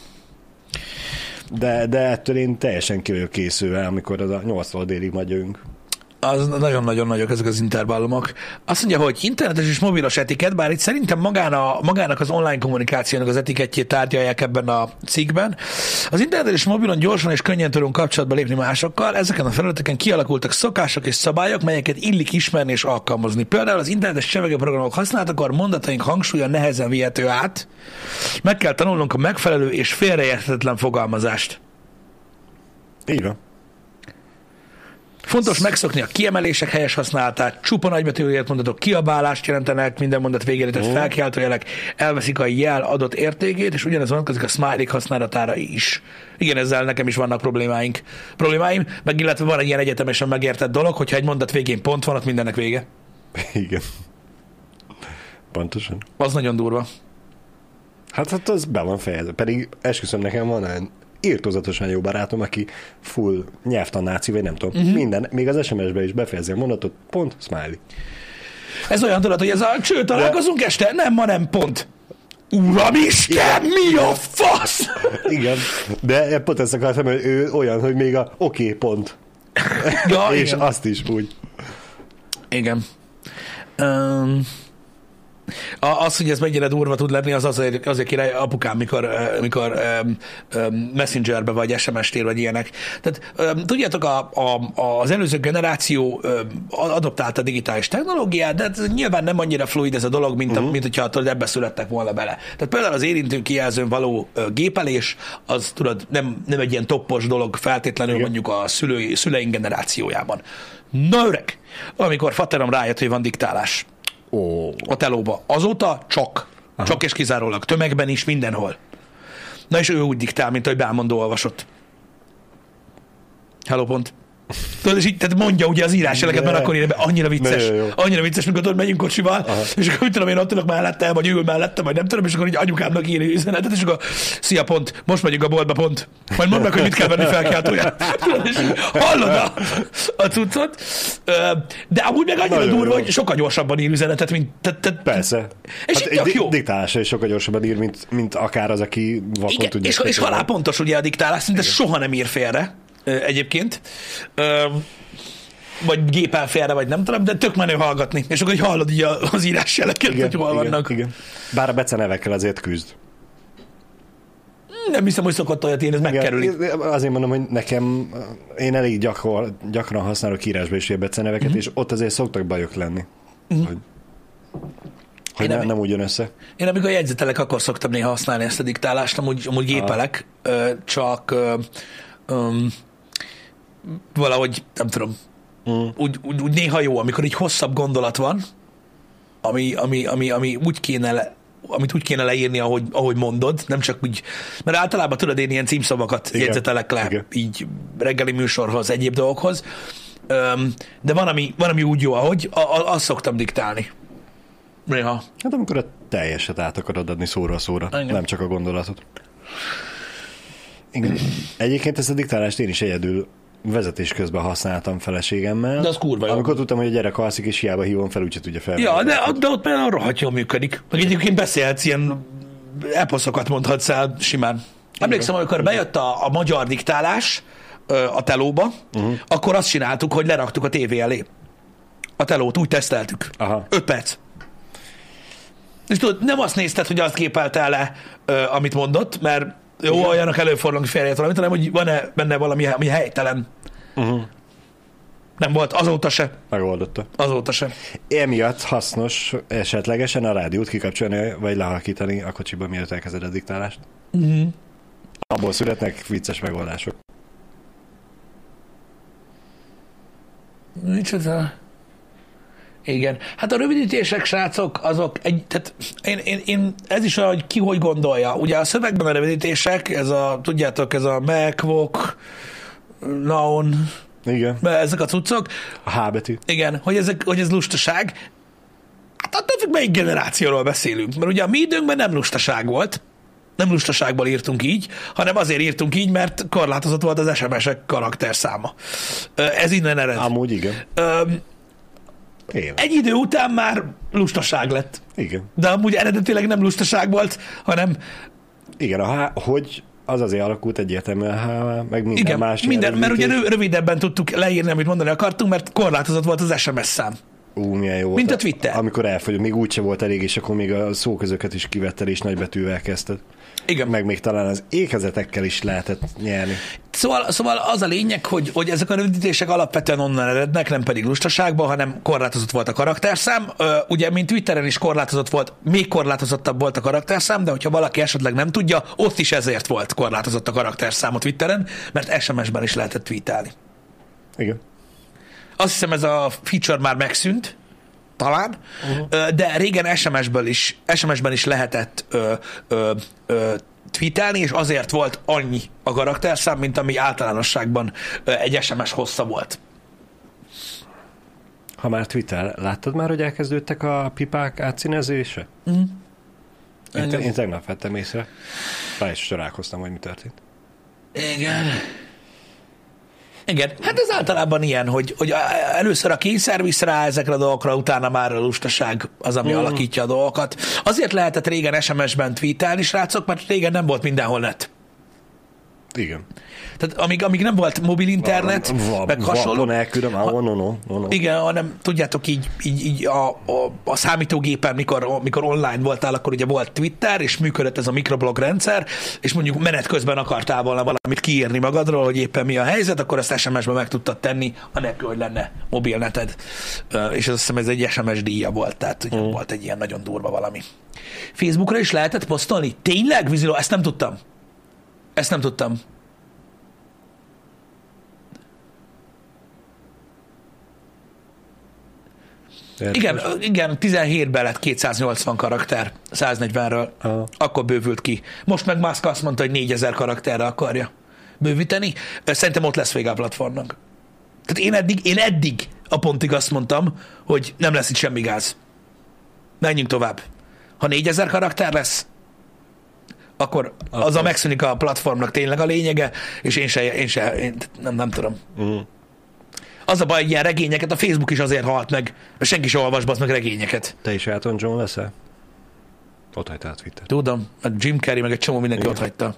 De ettől én teljesen ki vagyok készülve, amikor az a 8-tól délig majd jövünk. Az nagyon-nagyon nagyok ezek az intervallumok. Azt mondja, hogy internetes és mobilos etikett, bár itt szerintem magának az online kommunikációnak az etikettjét tárgyalják ebben a cikkben. Az internetes és mobilon gyorsan és könnyen tudunk kapcsolatba lépni másokkal, ezeken a felületeken kialakultak szokások és szabályok, melyeket illik ismerni és alkalmazni. Például az internetes csevegőprogramok használatakor mondataink hangsúlya nehezen vihető át. Meg kell tanulnunk a megfelelő és félreérthetetlen fogalmazást. Így van. Fontos megszokni a kiemelések helyes használatát, csupa nagybetűjét mondatok kiabálást jelentenek, minden mondat végére, tehát felkiáltójelek elveszik a jel adott értékét, és ugyanez vonatkozik a smiley használatára is. Igen, ezzel nekem is vannak problémáim, meg illetve van egy ilyen egyetemesen megértett dolog, hogyha egy mondat végén pont van, ott mindennek vége. Igen. Pontosan. Az nagyon durva. Hát az be van fejezve. Pedig esküszöm, nekem van olyan írtózatosan jó barátom, aki full nyelvtannáci, vagy nem tudom. Minden, még az SMS-be is befejezi a mondatot, pont, smiley. Ez olyan tudod, hogy ez a cső, találkozunk este? Nem, ma nem, pont. Uramisten, mi a fasz? Igen, de pont ezt akartam, hogy ő olyan, hogy még a oké, pont. Ja, és igen. azt is úgy. Igen. Az, hogy ez mennyire durva tud lenni, az azért király apukám, mikor messengerbe vagy SMS-t ír, vagy ilyenek. Tehát tudjátok, az előző generáció adoptálta a digitális technológiát, de nyilván nem annyira fluid ez a dolog, mint hogyha ebbe születtek volna bele. Tehát például az érintő kijelzőn való gépelés, az tudod, nem egy ilyen toppos dolog feltétlenül mondjuk a szüleink generációjában. Na öreg, amikor faterom rájött, hogy van diktálás. A telóba. Azóta csak és kizárólag, tömegben is, mindenhol. Na és ő úgy diktál, mint ahogy Belmondó olvasott. Hello, pont. Tudod, és így, tehát mondja ugye az írásjeleket, mert akkor írja be, annyira vicces, mikor tudod, megyünk kocsival, és akkor mit tudom, én ott ülök mellette, vagy ül mellette, vagy nem tudom, és akkor így anyukámnak írja üzenetet, és akkor szia, pont, most megyünk a boltba, pont. Majd mondd meg, hogy mit kell venni felkiáltóját. Hallod a cuccot? De amúgy meg annyira durva, hogy sokkal gyorsabban ír üzenetet, mint... Persze. És hát jó. Diktálásra is sokkal gyorsabban ír, mint akár az, aki vakon tudja. És halálpontos ugye a diktálás, szinte soha nem ír félre. Egyébként, vagy gépen félre, vagy nem tudom, de tök menő hallgatni, és akkor így hallod így az írásjeleket, hogy hol vannak. Igen. Bár a becenevekkel azért küzd. Nem hiszem, hogy szokott olyat írni, ez megkerüli. Azért mondom, hogy nekem, én elég gyakran használok írásba is ilyen beceneveket, és ott azért szoktak bajok lenni. Hogy nem úgy jön össze. Én amikor jegyzetelek, akkor szoktam néha használni ezt a diktálást, amúgy gépelek, csak... valahogy, nem tudom, úgy néha jó, amikor így hosszabb gondolat van, ami úgy kéne amit úgy kéne leírni, ahogy mondod, nem csak úgy, mert általában tudod, én ilyen címszavakat jegyzetelek le, így reggeli műsorhoz, egyéb dolgokhoz, de van, ami úgy jó, ahogy, azt szoktam diktálni. Néha. Hát amikor a teljeset át akarod adni szóra, nem csak a gondolatot. Igen. Egyébként ezt a diktálást én is egyedül vezetés közben használtam feleségemmel. De az kurva jó. Amikor tudtam, hogy a gyerek alszik, és hiába hívom fel, úgyse tudja fel. Ja, de ott például rohadt jól működik. Meg egyébként beszélhetsz, ilyen eposzokat mondhatsz el simán. Emlékszem, amikor bejött a magyar diktálás a telóba, akkor azt csináltuk, hogy leraktuk a tévé elé. A telót, úgy teszteltük. 5 perc. És tudod, nem azt nézted, hogy azt gépelte le, amit mondott, mert jó, olyanok előfordulnak, hogy félreért valamit, hanem hogy van-e benne valami, ami helytelen. Nem volt, azóta se. Megoldotta. Azóta se. Emiatt hasznos esetlegesen a rádiót kikapcsolni, vagy lehalkítani a kocsiban, mielőtt elkezded a diktálást. Abból születnek vicces megoldások. Micsoda? Igen. Hát a rövidítések, srácok, azok tehát én ez is olyan, hogy ki hogy gondolja. Ugye a szövegben a rövidítések, tudjátok, ez a MacBook, Noun, igen. Ezek a cuccok. A H betű. Igen, hogy ez lustaság. Hát attól függ, melyik generációról beszélünk. Mert ugye a mi időnkben nem lustaság volt. Nem lustaságból írtunk így, hanem azért írtunk így, mert korlátozott volt az SMS-ek karakterszáma. Ez innen ered. Amúgy igen. egy idő után már lustaság lett. Igen. De amúgy eredetileg nem lustaság volt, hanem... Igen, hogy az azért alakult egyértelműen, meg minden igen, más. Minden, mert ugye rövidebben tudtuk leírni, amit mondani akartunk, mert korlátozott volt az SMS szám. Milyen jó mint volt. A Twitter. Amikor elfogyott, még úgyse volt elég, és akkor még a szóközöket is kivetted, és nagybetűvel kezdted. Igen. Meg még talán az ékezetekkel is lehetett nyerni. Szóval az a lényeg, hogy ezek a rövidítések alapvetően onnan erednek, nem pedig lustaságban, hanem korlátozott volt a karakterszám. Ugye, mint Twitteren is korlátozott volt, még korlátozottabb volt a karakterszám, de hogyha valaki esetleg nem tudja, ott is ezért volt korlátozott a karakterszám a Twitteren, mert SMS-ben is lehetett tweetelni. Igen. Azt hiszem, ez a feature már megszűnt, talán, de régen SMS-ben is lehetett tweetelni, és azért volt annyi a karakterszám, mint ami általánosságban egy SMS hossza volt. Ha már Twitter, láttad már, hogy elkezdődtek a pipák átszínezése? Én tegnap vettem észre. Rá is találkoztam, hogy mi történt. Igen, hát ez általában ilyen, hogy először a kényszer visz rá ezekre a dolgokra, utána már a lustaság az, ami alakítja a dolgokat. Azért lehetett régen SMS-ben tweetelni, srácok, mert régen nem volt mindenhol net. Igen. Tehát amíg nem volt mobil internet, meg hasonló. Igen, hanem tudjátok így a számítógépen, mikor online voltál, akkor ugye volt Twitter, és működött ez a mikroblog rendszer, és mondjuk menet közben akartál volna valamit kiírni magadról, hogy éppen mi a helyzet, akkor azt SMS-ben meg tudtad tenni, anélkül, hogy lenne mobilneted. És azt hiszem, ez egy SMS díja volt, tehát ugye volt egy ilyen nagyon durva valami. Facebookra is lehetett posztolni? Tényleg, Viziló? Ezt nem tudtam. Igen, 17-ben lett 280 karakter 140-ről. Akkor bővült ki. Most meg Musk azt mondta, hogy 4000 karakterre akarja bővíteni. Szerintem ott lesz vége a platformnak. Tehát én eddig a pontig azt mondtam, hogy nem lesz itt semmi gáz. Menjünk tovább. Ha 4000 karakter lesz, akkor azzal megszűnik a platformnak tényleg a lényege, és én nem tudom. Az a baj, hogy ilyen regényeket, a Facebook is azért halt meg, mert senki sem olvas meg regényeket. Te is Elton John leszel? Ott hagytál a Twitter. Tudom, meg Jim Carrey, meg egy csomó mindenki ott hagyta.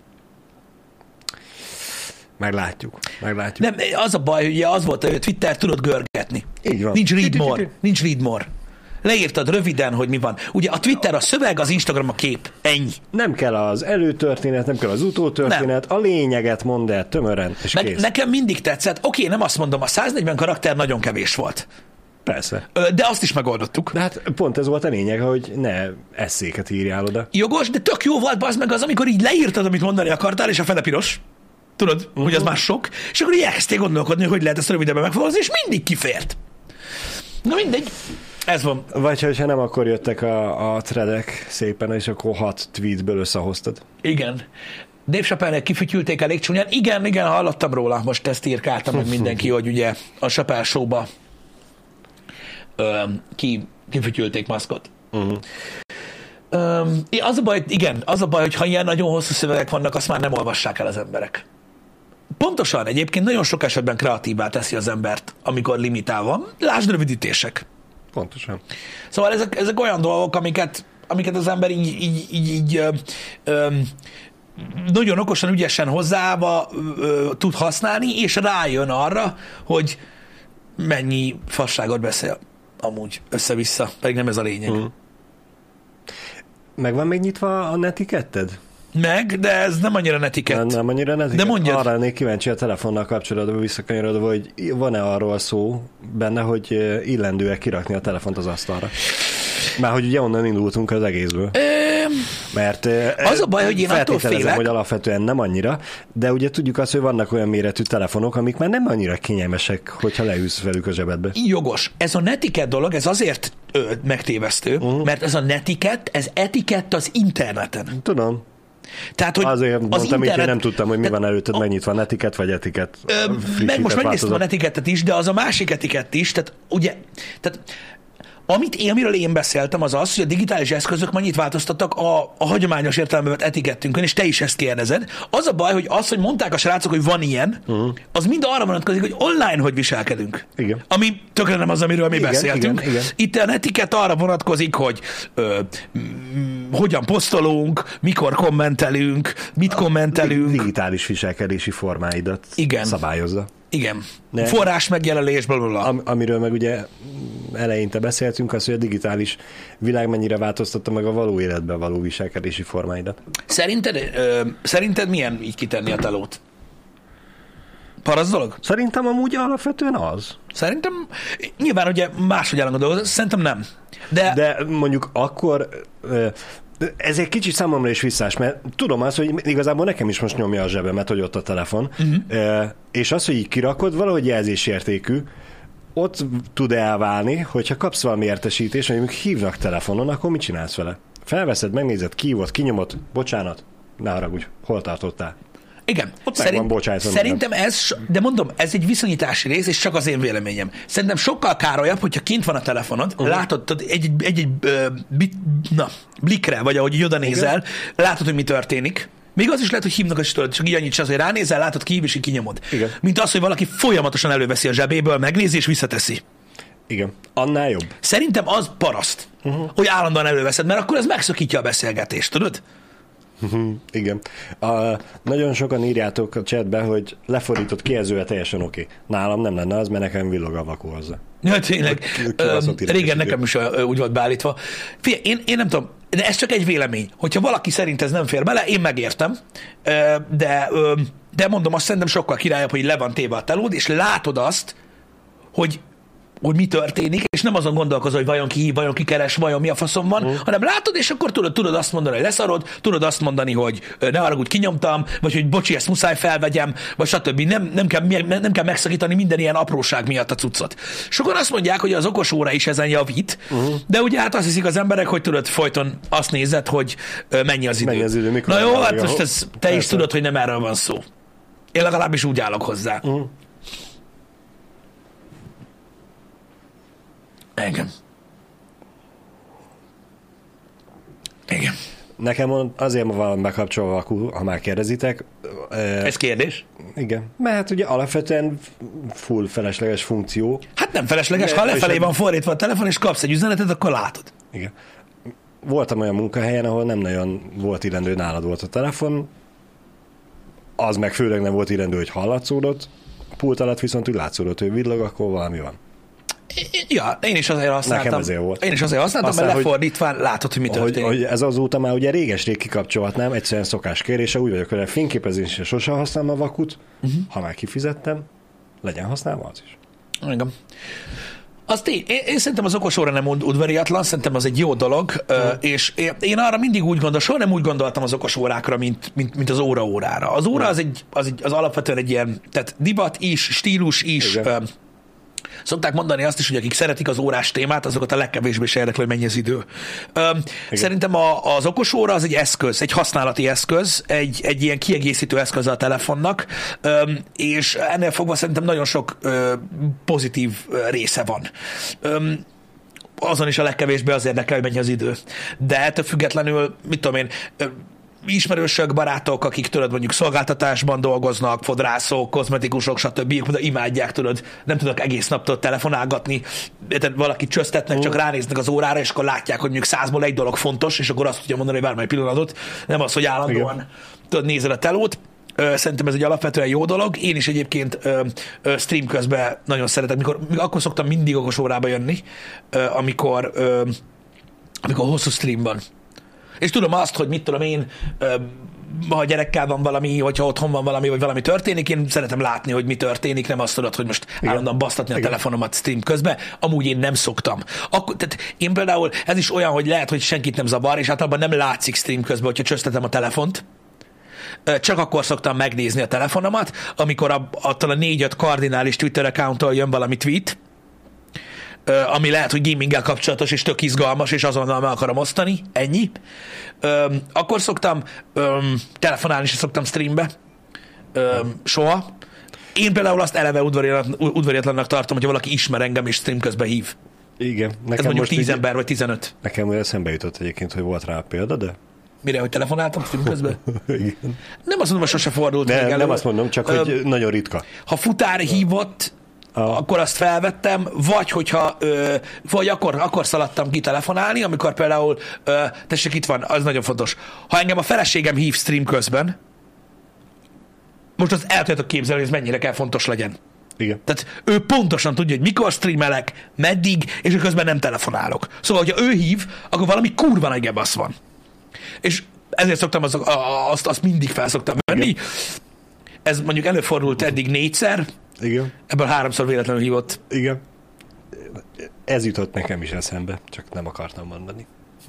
Meglátjuk. Nem, az a baj, hogy ugye az volt, hogy a Twitter tudod görgetni. Így van. Nincs read more. Leírtad röviden, hogy mi van. Ugye a Twitter a szöveg, az Instagram a kép. Ennyi. Nem kell az előtörténet, nem kell az utótörténet, a lényeget mondd el tömören, és kész. Nekem mindig tetszett, oké, nem azt mondom, a 140 karakter nagyon kevés volt. Persze. De azt is megoldottuk. De hát pont ez volt a lényeg, hogy ne eszéket írjál oda. Jogos, de tök jó volt bazd meg az, amikor így leírtad, amit mondani akartál, és a fele piros. Tudod, hogy az már sok. És akkor így elkezdtél gondolkodni, hogy lehet ezt rövidebben megfogalmazni, és mindig kifért. Na mindegy. Ez van. Vagy hogyha nem, akkor jöttek a threadek szépen, és akkor 6 tweetből összehoztad. Igen. Dave Chappelle-nek kifütyülték elég csúnyán. Igen, hallottam róla. Most ezt írkáltam meg mindenki, hogy ugye a Chappelle show-ba kifütyülték Muskot. Az a baj, hogy ha ilyen nagyon hosszú szövegek vannak, azt már nem olvassák el az emberek. Pontosan, egyébként nagyon sok esetben kreatívá teszi az embert, amikor limitál van. Lásd rövidítések. Pontosan. Szóval ezek olyan dolgok, amiket az ember így nagyon okosan, ügyesen hozzáállva tud használni, és rájön arra, hogy mennyi fasságot beszél amúgy össze-vissza, pedig nem ez a lényeg. Meg van még nyitva a netiketted? Meg, de ez nem annyira netikett. Nem annyira netikett? De mondjad. Arra lennék kíváncsi a telefonnal kapcsolatban visszakanyarodva, hogy van-e arról szó benne, hogy illendő-e kirakni a telefont az asztalra. Már hogy ugye onnan indultunk az egészből. Mert az a baj, hogy én attól félek, hogy alapvetően nem annyira, de ugye tudjuk azt, hogy vannak olyan méretű telefonok, amik már nem annyira kényelmesek, hogyha leülsz velük a zsebedbe. Jogos. Ez a netikett dolog, ez azért megtévesztő, mert ez a netikett, ez etikett az interneten. Tudom. Tehát, hogy azért mondtam, hogy én nem tudtam, hogy mi van előtted, megnyitva netikett, vagy etikett. Meg most megnéztem a netikettet is, de az a másik etikett is, tehát ugye, amiről én beszéltem, az az, hogy a digitális eszközök mennyit változtattak a hagyományos értelemben vett etikettünkön, és te is ezt kérdezed. Az a baj, hogy mondták a srácok, hogy van ilyen, az mind arra vonatkozik, hogy online hogy viselkedünk. Igen. Ami tökre nem az, amiről mi beszéltünk. Igen. Itt a etikett arra vonatkozik, hogy hogyan posztolunk, mikor kommentelünk, mit kommentelünk. Digitális viselkedési formáidat szabályozza. Igen. Forrás megjelölés, blablabla. Amiről meg ugye eleinte beszéltünk, az, hogy a digitális világ mennyire változtatta meg a való életben való viselkedési formáidat. Szerinted milyen így kitenni a telót? Parasz dolog? Szerintem amúgy alapvetően az. Szerintem nyilván ugye máshogy állunk a dolgot, szerintem nem. De mondjuk akkor... Ez egy kicsit számomra is visszás, mert tudom azt, hogy igazából nekem is most nyomja a zsebemet, hogy ott a telefon, és az, hogy így kirakod, valahogy jelzésértékű, ott tud elválni, hogyha kapsz valami értesítést, hogy mondjuk hívnak telefonon, akkor mit csinálsz vele? Felveszed, megnézed, kihívod, kinyomod, bocsánat, ne haragudj, hol tartottál? Igen. Szerintem de mondom, ez egy viszonyítási rész, és csak az én véleményem. Szerintem sokkal károsabb, hogyha kint van a telefonod, látod egy blikre, vagy ahogy oda nézel, látod, hogy mi történik. Még az is lehet, hogy hívnak, és tudod, csak így annyit csinálsz, hogy ránézel, látod, kihív, és így kinyomod. Igen. Mint az, hogy valaki folyamatosan előveszi a zsebéből, megnézi, és visszateszi. Igen. Annál jobb. Szerintem az paraszt, hogy állandóan előveszed, mert akkor ez megszakítja a beszélgetést, tudod? Igen. Nagyon sokan írjátok a chatbe, hogy lefordított kijelzővel teljesen oké. Nálam nem lenne az, mert nekem villog a vakó hozzá. Ja, tényleg. Régen nekem is úgy volt beállítva. Figyelj, én nem tudom, de ez csak egy vélemény. Hogyha valaki szerint ez nem fér bele, én megértem, de mondom, azt szerintem sokkal királyabb, hogy le van téve a telód, és látod azt, hogy mi történik, és nem azon gondolkozol, hogy vajon ki hív, vajon ki keres, vajon mi a faszom van, hanem látod, és akkor tudod azt mondani, hogy leszarod, tudod azt mondani, hogy ne haragudj, kinyomtam, vagy hogy bocsi, ezt muszáj felvegyem, vagy stb. Nem kell megszakítani minden ilyen apróság miatt a cuccot. Sokan azt mondják, hogy az okos óra is ezen javít, de ugye hát azt hiszik az emberek, hogy tudod, folyton azt nézed, hogy mennyi az idő. Mikor na jó, hát most te is tudod, hogy nem erről van szó. Én legalábbis úgy állok hozzá. Igen. Nekem azért van bekapcsolva a Q, ha már kérdezitek. Ez kérdés? Igen. Mert hát ugye alapvetően full felesleges funkció. Hát nem felesleges, ha lefelé van fordítva a telefon, és kapsz egy üzenetet, akkor látod. Igen. Voltam olyan munkahelyen, ahol nem nagyon volt illendő, nálad volt a telefon. Az meg főleg nem volt illendő, hogy hallatszódott. A pult alatt viszont úgy látszódott, hogy villog, akkor valami van. Ja, én is azért használtam. Nekem ezért volt. Én is azért használtam, mert lefordítva látod, hogy mi történik. Hogy ez azóta már ugye réges-rég kikapcsolhatnám, egyszerűen szokáskérése, úgy vagyok, hogy fényképezésre sosem használom a vakut, ha már kifizettem, legyen használva az is. Igen. Én szerintem az okos óra nem udvariatlan, szerintem az egy jó dolog, és én arra mindig úgy gondolom, soha nem úgy gondoltam az okos órákra, mint az órára. Az óra az alapvetően egy ilyen, tehát divat is, stílus is. Igen. Szokták mondani azt is, hogy akik szeretik az órás témát, azokat a legkevésbé se érdekli, hogy mennyi az idő. Szerintem az okos óra az egy eszköz, egy használati eszköz, egy ilyen kiegészítő eszköz a telefonnak, és ennél fogva szerintem nagyon sok pozitív része van. Azon is a legkevésbé az érdekel, hogy mennyi az idő. De ettől függetlenül, mit tudom én, ismerősök, barátok, akik tudod mondjuk szolgáltatásban dolgoznak, fodrászok, kozmetikusok, stb. De imádják, tudod, nem tudok egész nap tudod telefonálgatni, tehát valakit csöztetnek, csak ránéznek az órára, és akkor látják, hogy mondjuk 100-ból egy dolog fontos, és akkor azt tudja mondani, hogy bármely pillanatot, nem az, hogy állandóan tudod, nézed a telót. Szerintem ez egy alapvetően jó dolog. Én is egyébként stream közben nagyon szeretek, akkor szoktam mindig okos órába jönni, amikor hosszú stream van. És tudom azt, hogy mit tudom én, ha a gyerekkel van valami, hogyha otthon van valami, vagy valami történik, én szeretem látni, hogy mi történik, nem azt tudod, hogy most állandóan basztatni a telefonomat stream közben. Amúgy én nem szoktam. Tehát én például, ez is olyan, hogy lehet, hogy senkit nem zavar, és általában nem látszik stream közben, hogyha csöztetem a telefont. Csak akkor szoktam megnézni a telefonomat, amikor attól a 4-5 kardinális Twitter account-tól jön valami tweet, ami lehet, hogy gaminggel kapcsolatos, és tök izgalmas, és azonnal meg akarom osztani, ennyi. Akkor szoktam telefonálni, és szoktam streambe. Soha. Én például azt eleve udvariatlannak tartom, hogyha valaki ismer engem, és stream közben hív. Igen. Ez mondjuk 10 ember, vagy 15. Nekem eszembe jutott egyébként, hogy volt rá példa, de... Mire, hogy telefonáltam film közben? Igen. Nem azt mondom, hogy sose fordult még elő. Nem azt mondom, csak hogy nagyon ritka. Ha futár hívott, akkor azt felvettem, vagy hogyha, vagy akkor szaladtam ki telefonálni, amikor például, tessék, itt van, az nagyon fontos. Ha engem a feleségem hív stream közben, most azt el tudjátok képzelni, hogy ez mennyire kell fontos legyen. Igen. Tehát ő pontosan tudja, hogy mikor streamelek, meddig, és közben nem telefonálok. Szóval, hogyha ő hív, akkor valami kurva nagy gebasz van. És ezért szoktam azt mindig felszoktam venni. Ez mondjuk előfordult eddig 4-szer, igen. Ebből 3-szor véletlenül hívott. Igen. Ez jutott nekem is eszembe, csak nem akartam mondani.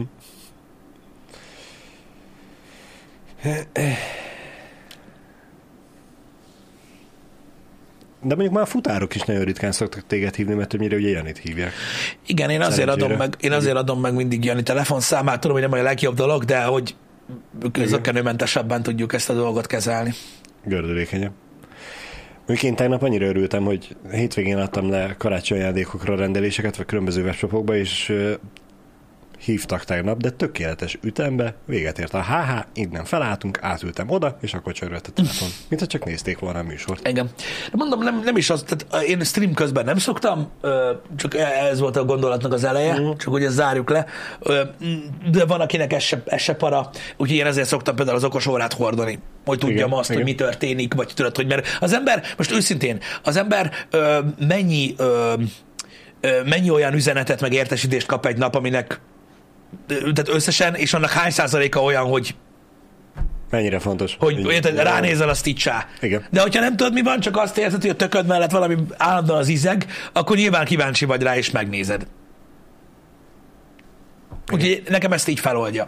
De mondjuk már a futárok is nagyon ritkán szoktak téged hívni, mert többnyire ugye Janit hívják. Igen, én azért adom meg mindig Jani telefonszámát, tudom, hogy nem a legjobb dolog, de hogy zökkenőmentesebben tudjuk ezt a dolgot kezelni. Gördülékenyebb. Én tegnap annyira örültem, hogy hétvégén adtam le karácsonyi ajándékokra rendeléseket, vagy különböző webshopokba, és hívtak tegnap, de tökéletes ütembe, véget ért a HH, innen felálltunk, átültem oda, és akkor csörgött a telefon. Mintha csak nézték volna a műsort. Igen. De mondom, nem is az, tehát én stream közben nem szoktam, csak ez volt a gondolatnak az eleje, csak hogy ezt zárjuk le, de van, akinek ez se para, úgyhogy én ezért szoktam például az okos órát hordani, hogy tudjam azt, hogy mi történik, vagy tudod, hogy mert az ember, most őszintén, az ember mennyi olyan üzenetet, meg értesítést kap egy nap, aminek tehát összesen, és annak hány százaléka olyan, hogy mennyire fontos. Hogy ránézel, azt így csá. Igen. De hogyha nem tudod, mi van, csak azt érzed, hogy a tököd mellett valami állandóan az izeg, akkor nyilván kíváncsi vagy rá, és megnézed. Úgyhogy nekem ezt így feloldja.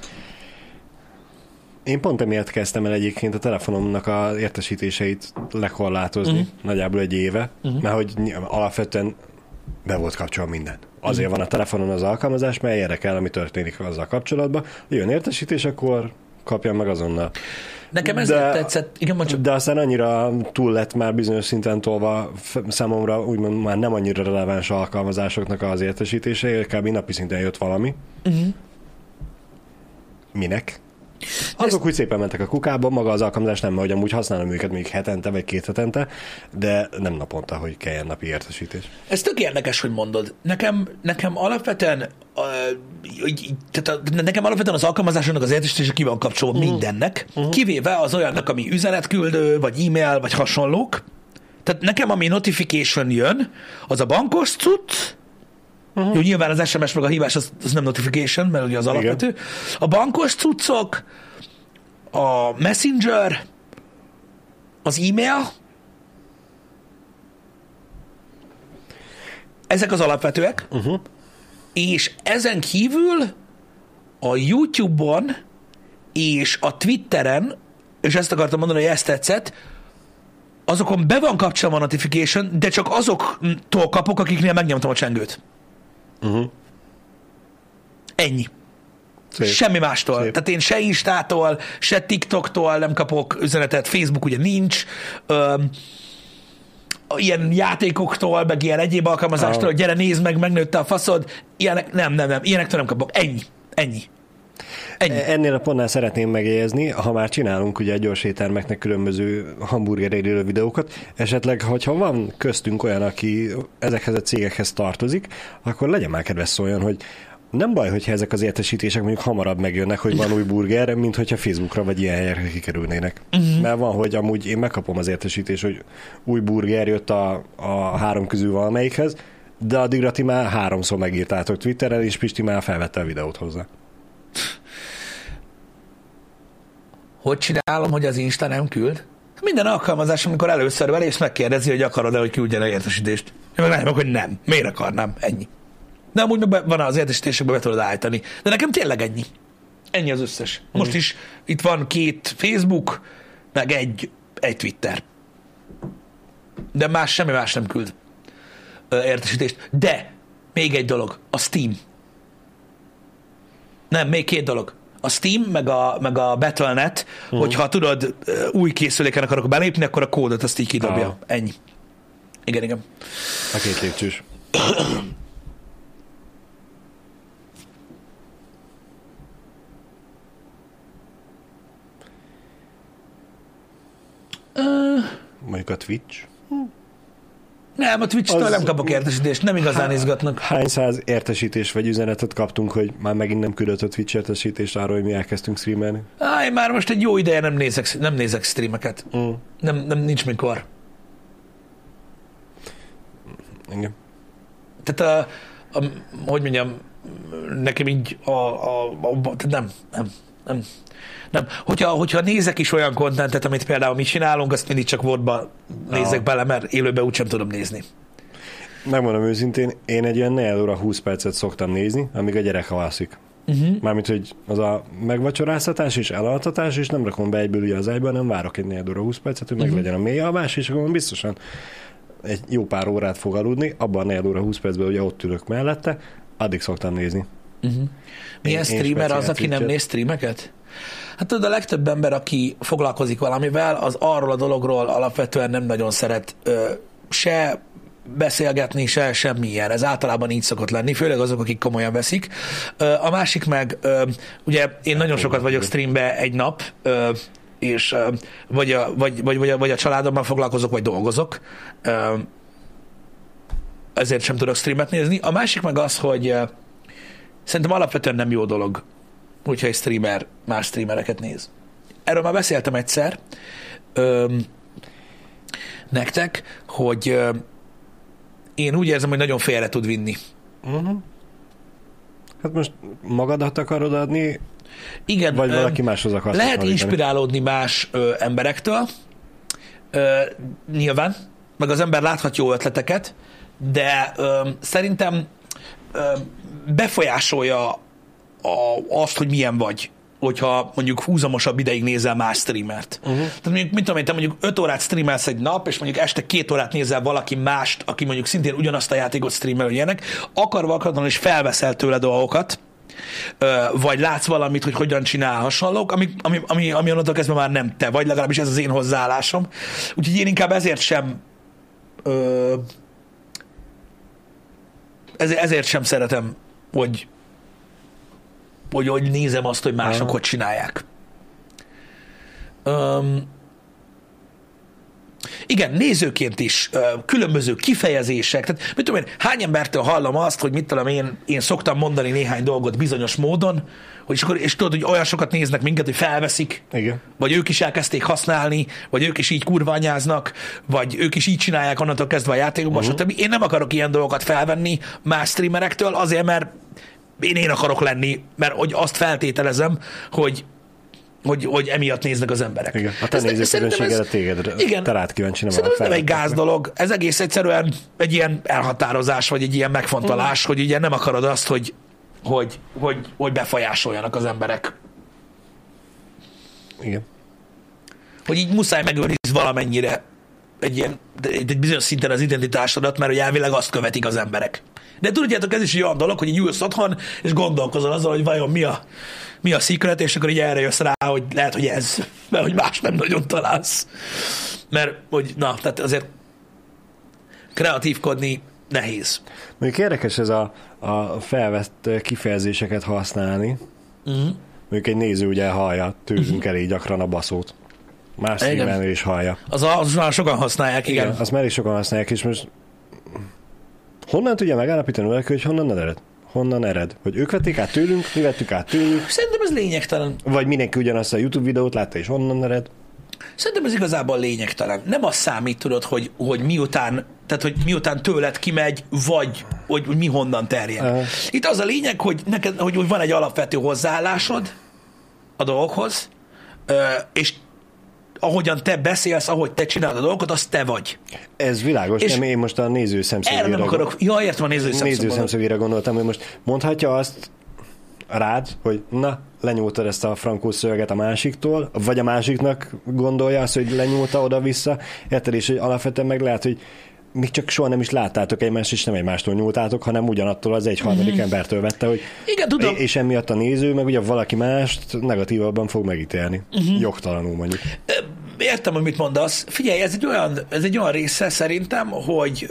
Én pont emiatt kezdtem el egyébként a telefonomnak az értesítéseit lekorlátozni, nagyjából egy éve, mert hogy alapvetően be volt kapcsolva minden. Azért van a telefonon az alkalmazás, mert érdekel, ami történik azzal kapcsolatban. Jön értesítés, akkor kapjam meg azonnal. Nekem ezért tetszett. Igen, de aztán annyira túl lett már bizonyos szinten tolva számomra, úgymond már nem annyira releváns alkalmazásoknak az értesítése, kb. Napi szinten jött valami. Minek? Azok úgy szépen mentek a kukába, maga az alkalmazás nem, hogy amúgy használom őket még hetente vagy 2 hetente, de nem naponta, hogy kelljen napi értesítés. Ez tök érdekes, hogy mondod. Nekem alapvetően nekem alapvetően az alkalmazásoknak az értesítése ki van kapcsolva mindennek, kivéve az olyannak, ami üzenetküldő, vagy e-mail, vagy hasonlók. Tehát nekem, ami notification jön, az a bankos cucc. Jó, nyilván az SMS meg a hívás az nem notification, mert ugye az alapvető. Igen. A bankos cuccok, a Messenger, az e-mail, ezek az alapvetőek, és ezen kívül a YouTube-on és a Twitteren, és ezt akartam mondani, hogy ezt tetszett, azokon be van kapcsolva a notification, de csak azoktól kapok, akiknél megnyomtam a csengőt. Ennyi. Szép. Semmi mástól. Szép. Tehát én se Instától, se TikToktól nem kapok üzenetet, Facebook ugye nincs, ilyen játékoktól, meg ilyen egyéb alkalmazástól, hogy gyere, nézd meg, megnőtte a faszod, ilyenek, nem, ilyenektől nem kapok. Ennyi. Ennél a pontnál szeretném megjegyezni, ha már csinálunk ugye gyors éttermeknek különböző hamburgeréről videókat, esetleg, hogyha van köztünk olyan, aki ezekhez a cégekhez tartozik, akkor legyen már kedves szóljon, hogy nem baj, hogyha ezek az értesítések mondjuk hamarabb megjönnek, hogy van új burger, mint hogyha Facebookra vagy ilyen helyekre kikerülnének. Mert van, hogy amúgy én megkapom az értesítést, hogy új burger jött a 3 közül valamelyikhez, de addigra ti már 3-szor megírtátok Twitteren, és Pisti már felvette a videót hozzá. Hogy csinálom, hogy az Insta nem küld? Minden alkalmazás, amikor először belépsz, megkérdezi, hogy akarod-e, hogy küldjen egy értesítést. Én meg nem, hogy nem. Miért akarnám? Ennyi. De amúgy van az értesítésekben be tudod állítani. De nekem tényleg ennyi. Ennyi az összes. Most is itt van 2 Facebook, meg egy Twitter. De semmi más nem küld értesítést. De még egy dolog, a Steam. Nem, még 2 dolog. A Steam, meg a Battle.net, hogyha tudod, új készüléken akarok belépni, akkor a kódot azt így kidobja. Ennyi. Igen. A 2 lépcsős. Mondjuk a Twitch. Nem, a Twitch-től nem kapok értesítést, nem igazán izgatnak. Hány száz értesítést vagy üzenetet kaptunk, hogy már megint nem küldött a Twitch értesítést arról, hogy mi elkezdtünk streamelni? Én már most egy jó ideje nem nézek streameket. Nem, nincs mikor. Igen. Tehát hogy mondjam, nekem így nem. Hogyha nézek is olyan kontentet, amit például mi csinálunk, azt mindig csak Wordba nézek bele, mert élőben úgysem tudom nézni. Megmondom őszintén, én egy ilyen 4 óra 20 percet szoktam nézni, amíg a gyerek alszik. Mármint, hogy az a megvacsoráztatás és elaltatás, és nem rakom be egyből ugye az ágyba, nem várok egy 4 óra 20 percet, hogy meg legyen a mély alvás, és akkor biztosan egy jó pár órát fog aludni, abban a 4 óra 20 percben ugye ott ülök mellette, addig szoktam nézni. Milyen streamer az, aki nem néz streameket? Hát tudod, a legtöbb ember, aki foglalkozik valamivel, az arról a dologról alapvetően nem nagyon szeret se beszélgetni, se semmilyen. Ez általában így szokott lenni, főleg azok, akik komolyan veszik. A másik meg, ugye én nagyon sokat vagyok streambe egy nap, és vagy a családommal foglalkozok, vagy dolgozok. Ezért sem tudok streamet nézni. A másik meg az, hogy szerintem alapvetően nem jó dolog, hogyha egy streamer más streamereket néz. Erről már beszéltem egyszer nektek, hogy én úgy érzem, hogy nagyon félre tud vinni. Hát most magadat akarod adni, igen, vagy valaki máshoz akarsz lehet hasonlítani? inspirálódni más emberektől, nyilván, meg az ember láthat jó ötleteket, de szerintem befolyásolja azt, hogy milyen vagy, hogyha mondjuk húzamosabb ideig nézel más streamert. Tehát mondjuk, mit tudom én, te mondjuk 5 órát streamelsz egy nap, és mondjuk este 2 órát nézel valaki mást, aki mondjuk szintén ugyanazt a játékot streamel, ilyenek, akarva akaratlanul is felveszel tőle dolgokat, vagy látsz valamit, hogy hogyan csinál hasonlók, ami onnantól kezdve már nem te vagy, legalábbis ez az én hozzáállásom. Úgyhogy én inkább ezért sem ezért sem szeretem, hogy nézem azt, hogy mások hogy csinálják. Igen, nézőként is különböző kifejezések. Tehát, mit tudom én, hány embertől hallom azt, hogy mit tudom én szoktam mondani néhány dolgot bizonyos módon, és tudod, hogy olyan sokat néznek minket, hogy felveszik, Igen. vagy ők is elkezdték használni, vagy ők is így kurványáznak, vagy ők is így csinálják onnantól kezdve a játékokban, stb. Én nem akarok ilyen dolgokat felvenni más streamerektől, azért, mert én akarok lenni, mert hogy azt feltételezem, hogy emiatt néznek az emberek. Igen. A te nézőközönségedet téged te rád kíváncsi, nem szerintem ez nem egy gáz dolog, ez egész egyszerűen egy ilyen elhatározás, vagy egy ilyen megfontolás, hogy ugye nem akarod azt, hogy befolyásoljanak az emberek. Igen. Hogy így muszáj megőrizni valamennyire egy bizonyos szinten az identitásodat, mert hogy elvileg azt követik az emberek. De tudjátok, ez is egy olyan dolog, hogy így ülsz otthon, és gondolkozol azzal, hogy vajon mi a secret, és akkor így erre jössz rá, hogy lehet, hogy ez, mert hogy más nem nagyon találsz. Mert, hogy tehát azért kreatívkodni nehéz. Mondjuk érdekes ez a felvett kifejezéseket használni. Mondjuk egy néző ugye hallja tőlünk elég gyakran a baszót. Más streamernél is hallja. Az már sokan használják, igen. Azt már is sokan használják, és most honnan tudja megállapítani valaki, hogy honnan ered? Hogy ők vették át tőlünk, mi vettük át tőlük? Szerintem ez lényegtelen. Vagy mindenki ugyanazt a YouTube videót látta, és honnan ered? Szerintem ez igazából lényegtelen. Nem az számít, tudod, hogy miután tőled kimegy, vagy hogy mi honnan terjed. Itt az a lényeg, hogy neked, hogy van egy alapvető hozzáállásod a dolgokhoz, és ahogyan te beszélsz, ahogy te csinálod a dolgokat, az te vagy. Ez világos, nem én most a néző szemszögére. Erre nem akarok. Ja, értem a néző szemszögére gondoltam, hogy most mondhatja azt rád, hogy na, lenyúltad ezt a frankó szöveget a másiktól, vagy a másiknak gondolja azt, hogy lenyúlta oda-vissza, érted, és hogy alapvetően meg lehet, hogy még csak soha nem is láttátok egymást, és nem egymástól nyúltátok, hanem ugyanattól az egy harmadik embertől vette, hogy igen, tudom. És emiatt a néző, meg ugye valaki mást negatívabban fog megítélni. Jogtalanul mondjuk. Értem, hogy mit mondasz. Figyelj, ez egy olyan része szerintem, hogy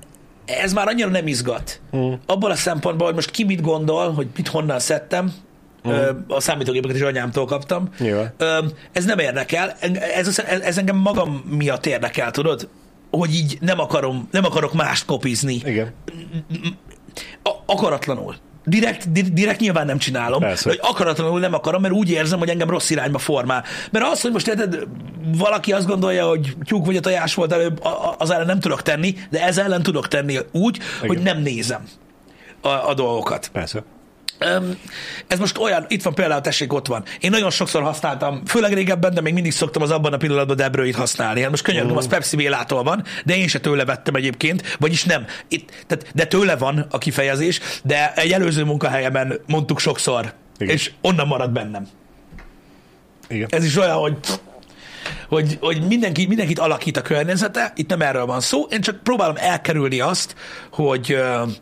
ez már annyira nem izgat. Abban a szempontból, hogy most ki mit gondol, hogy mit honnan szedtem, A számítógépeket is anyámtól kaptam. Nyilván. Ez nem érdekel. Ez engem magam miatt érdekel, tudod? Hogy így nem akarok mást kopizni. Igen. Akaratlanul. Direkt nyilván nem csinálom, Persze. hogy akaratlanul nem akarom, mert úgy érzem, hogy engem rossz irányba formál. Mert az, hogy most érted, valaki azt gondolja, hogy tyúk vagy a tojás volt előbb, az ellen nem tudok tenni, de ez ellen tudok tenni úgy, igen, hogy nem nézem a dolgokat. Persze. Ez most olyan, itt van például, tessék, ott van. Én nagyon sokszor használtam, főleg régebben, de még mindig szoktam az abban a pillanatban Debrőit használni. Hát most könyörgöm, az Pepsi Bélától van, de én se tőle vettem egyébként, vagyis nem. De tőle van a kifejezés, de egy előző munkahelyemen mondtuk sokszor, igen, és onnan marad bennem. Igen. Ez is olyan, hogy mindenkit alakít a környezete, itt nem erről van szó, én csak próbálom elkerülni azt, hogy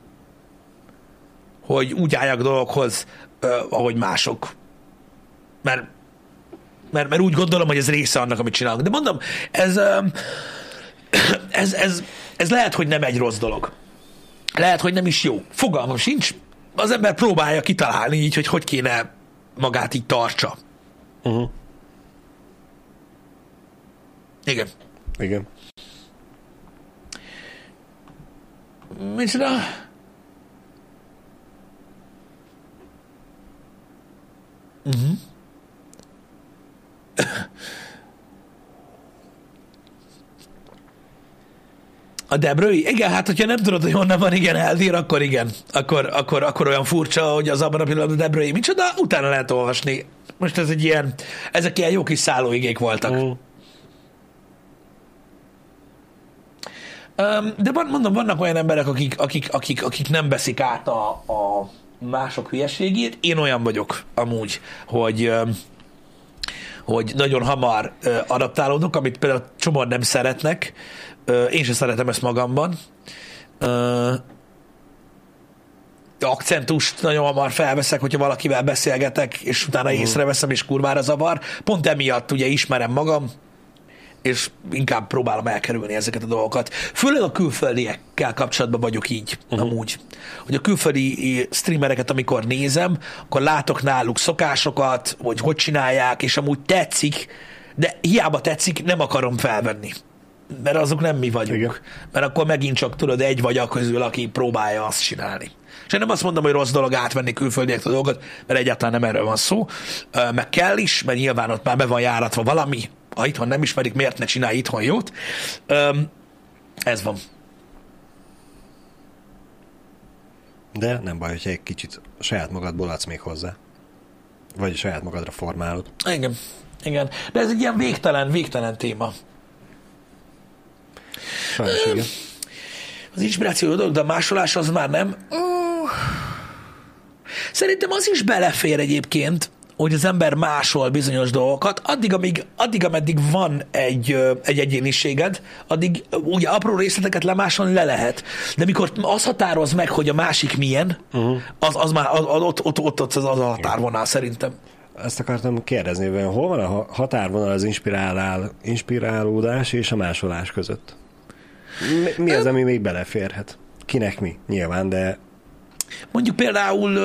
úgy álljak dolgokhoz, ahogy mások. Mert úgy gondolom, hogy ez része annak, amit csinálok. De mondom, ez lehet, hogy nem egy rossz dolog. Lehet, hogy nem is jó. Fogalmam sincs. Az ember próbálja kitalálni így, hogy kéne magát így tartsa. Uh-huh. Igen. Igen. Micsoda? Uh-huh. A Debrői? Igen, hát hogyha nem tudod, hogy honnan van, igen, elvír, akkor igen. Akkor olyan furcsa, hogy az abban a pillanatban a Debrői micsoda, utána lehet olvasni. Most ezek ilyen jó kis szállóigék voltak. De mondom, vannak olyan emberek, akik nem veszik át a mások hülyeségét. Én olyan vagyok amúgy, hogy nagyon hamar adaptálódok, amit például csomóan nem szeretnek. Én sem szeretem ezt magamban. Akcentust nagyon hamar felveszek, hogyha valakivel beszélgetek, és utána észreveszem, és kurvára zavar. Pont emiatt ugye ismerem magam, és inkább próbálom elkerülni ezeket a dolgokat. Főleg a külföldiekkel kapcsolatban vagyok így, amúgy. Hogy a külföldi streamereket, amikor nézem, akkor látok náluk szokásokat, hogy csinálják, és amúgy tetszik, de hiába tetszik, nem akarom felvenni. Mert azok nem mi vagyunk. Igen. Mert akkor megint csak tudod, egy vagy a közül, aki próbálja azt csinálni. És én nem azt mondom, hogy rossz dolog átvenni külföldiek a dolgot, mert egyáltalán nem erről van szó. Meg kell is, mert nyilván ott már be van járatva valami. Ha itthon nem ismerik, miért ne csinálj itthon jót? Ez van. De nem baj, hogyha egy kicsit saját magadból adsz még hozzá. Vagy saját magadra formálod. Igen. De ez egy ilyen végtelen téma. Sajnos, igen. Az inspiráció dolog, de a másolás az már nem. Szerintem az is belefér egyébként, hogy az ember másol bizonyos dolgokat, addig ameddig van egy egyéniséged, addig ugye apró részleteket lemásolni le lehet. De mikor az határoz meg, hogy a másik milyen, az már ott az a határvonal szerintem. Ezt akartam kérdezni, hogy hol van a határvonal az inspirálódás és a másolás között? Mi az, ami még beleférhet? Kinek mi? Nyilván, de... Mondjuk például...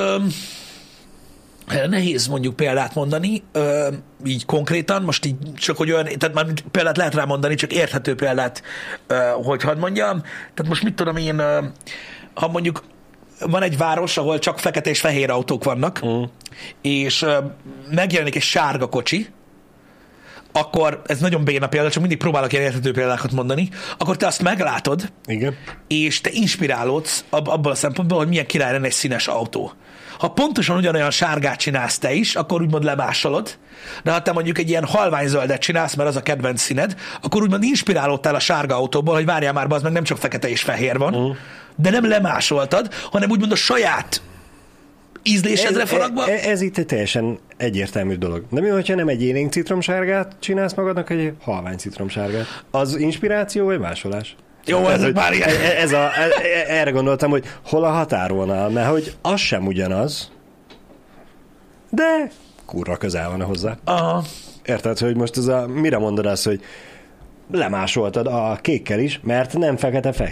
Nehéz mondjuk példát mondani, így konkrétan, most így csak, hogy olyan, tehát már példát lehet rá mondani, csak érthető példát, hogy hadd mondjam. Tehát most mit tudom én, ha mondjuk van egy város, ahol csak fekete és fehér autók vannak, és megjelenik egy sárga kocsi, akkor, ez nagyon béna példa, csak mindig próbálok ilyen érthető példákat mondani, akkor te azt meglátod, igen, és te inspirálódsz abban a szempontból, hogy milyen király lenne egy színes autó. Ha pontosan ugyanolyan sárgát csinálsz te is, akkor úgymond lemásolod, de ha te mondjuk egy ilyen halványzöldet csinálsz, mert az a kedvenc színed, akkor úgymond inspirálódtál a sárga autóból, hogy várjál már, az meg nem csak fekete és fehér van, de nem lemásoltad, hanem úgymond a saját ízlésedre faragva. Ez itt egy teljesen egyértelmű dolog. De mi, hogyha nem egy élénk citromsárgát csinálsz magadnak, egy halvány citromsárgát? Az inspiráció vagy másolás? Jó, ez már ilyen. Erre gondoltam, hogy hol a határvonal, mert hogy az sem ugyanaz, de kurva közel van hozzá. Aha. Érted, hogy most mire mondod azt, hogy lemásoltad a kékkel is, mert nem fekete-fehér.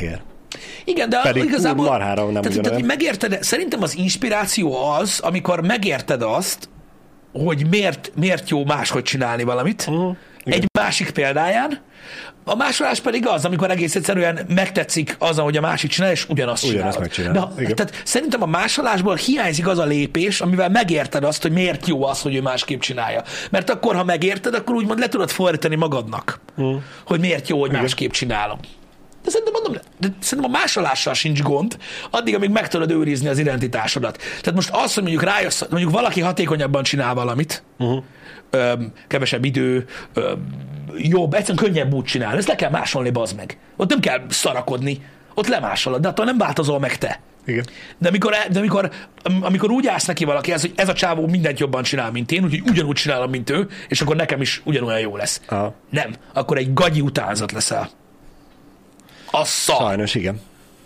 Igen, de Pedig igazából... marhára nem tehát megérted, szerintem az inspiráció az, amikor megérted azt, hogy miért jó máshogy csinálni valamit, egy másik példáján, a másolás pedig az, amikor egész egyszerűen megtetszik az, ahogy a másik csinál, és ugyanazt csinálod. Tehát szerintem a másolásból hiányzik az a lépés, amivel megérted azt, hogy miért jó az, hogy ő másképp csinálja. Mert akkor, ha megérted, akkor úgymond le tudod fordítani magadnak, hogy miért jó, hogy másképp csinálom. De szerintem a másolással sincs gond, addig, amíg meg tudod őrizni az identitásodat. Tehát most az, hogy mondjuk rájössz, mondjuk valaki hatékonyabban csinál valamit, kevesebb idő, jobb, egyszerűen könnyebb úgy csinál. Ezt le kell másolni, bazd meg. Ott nem kell szarakodni, ott lemásolod, de attól nem változol meg te. Igen. De amikor úgy állsz neki valaki, hogy ez a csávó mindent jobban csinál, mint én, úgyhogy ugyanúgy csinálom, mint ő, és akkor nekem is ugyanolyan jó lesz. Aha. Nem, akkor egy gagyi utánzat leszel. Az szar. Sajnos, igen.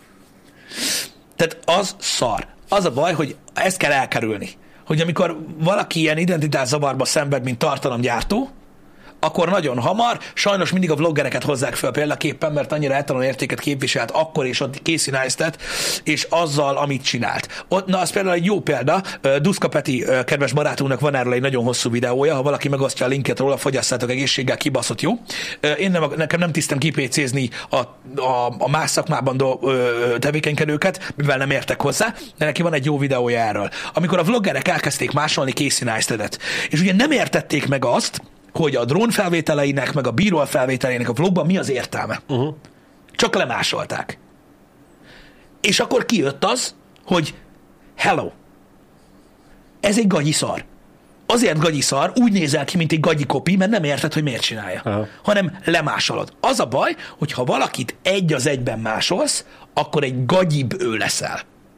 Tehát az szar. Az a baj, hogy ezt kell elkerülni. Hogy amikor valaki ilyen identitászavarba szenved, mint tartalomgyártó, akkor nagyon hamar, sajnos mindig a vloggereket hozzák fel példaképpen, mert annyira etalon értéket képviselt akkor és ott Casey Neistat, és azzal, amit csinált. Na, az például egy jó példa, Duszka Peti kedves barátunknak van erről egy nagyon hosszú videója, ha valaki megosztja a linket róla, fogyasszátok egészséggel, kibaszott jó. Nekem nem tisztem kipécézni a más szakmában tevékenykedőket, mivel nem értek hozzá, de neki van egy jó videója erről. Amikor a vloggerek elkezdték másolni Casey Neistatet, és ugye nem értették meg azt, hogy a drón felvételeinek, meg a B-roll felvételeinek a vlogban mi az értelme. Csak lemásolták. És akkor kijött az, hogy hello, ez egy gagyi szar. Azért gagyi szar, úgy nézel ki, mint egy gagyi kopi, mert nem érted, hogy miért csinálja. Hanem lemásolod. Az a baj, hogy ha valakit egy az egyben másolsz, akkor egy gagyibb ő leszel.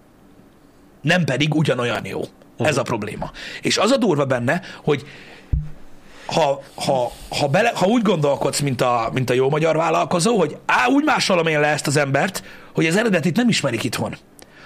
Nem pedig ugyanolyan jó. Ez a probléma. És az a durva benne, hogy ha úgy gondolkodsz, mint a jó magyar vállalkozó, hogy úgy másolom én le ezt az embert, hogy az eredetit nem ismerik itthon.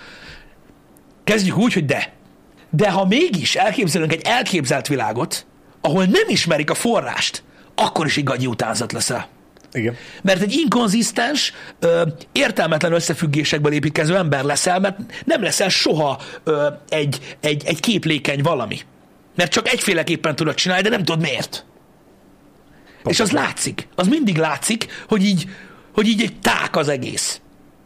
Kezdjük úgy, hogy de ha mégis elképzelünk egy elképzelt világot, ahol nem ismerik a forrást, akkor is egy gagyi utánzat leszel. Igen. Mert egy inkonzisztens, értelmetlen összefüggésekből építkező ember leszel, mert nem leszel soha egy képlékeny valami. Mert csak egyféleképpen tudod csinálni, de nem tudod miért. Pontosan. És az látszik. Az mindig látszik, hogy így egy ták az egész.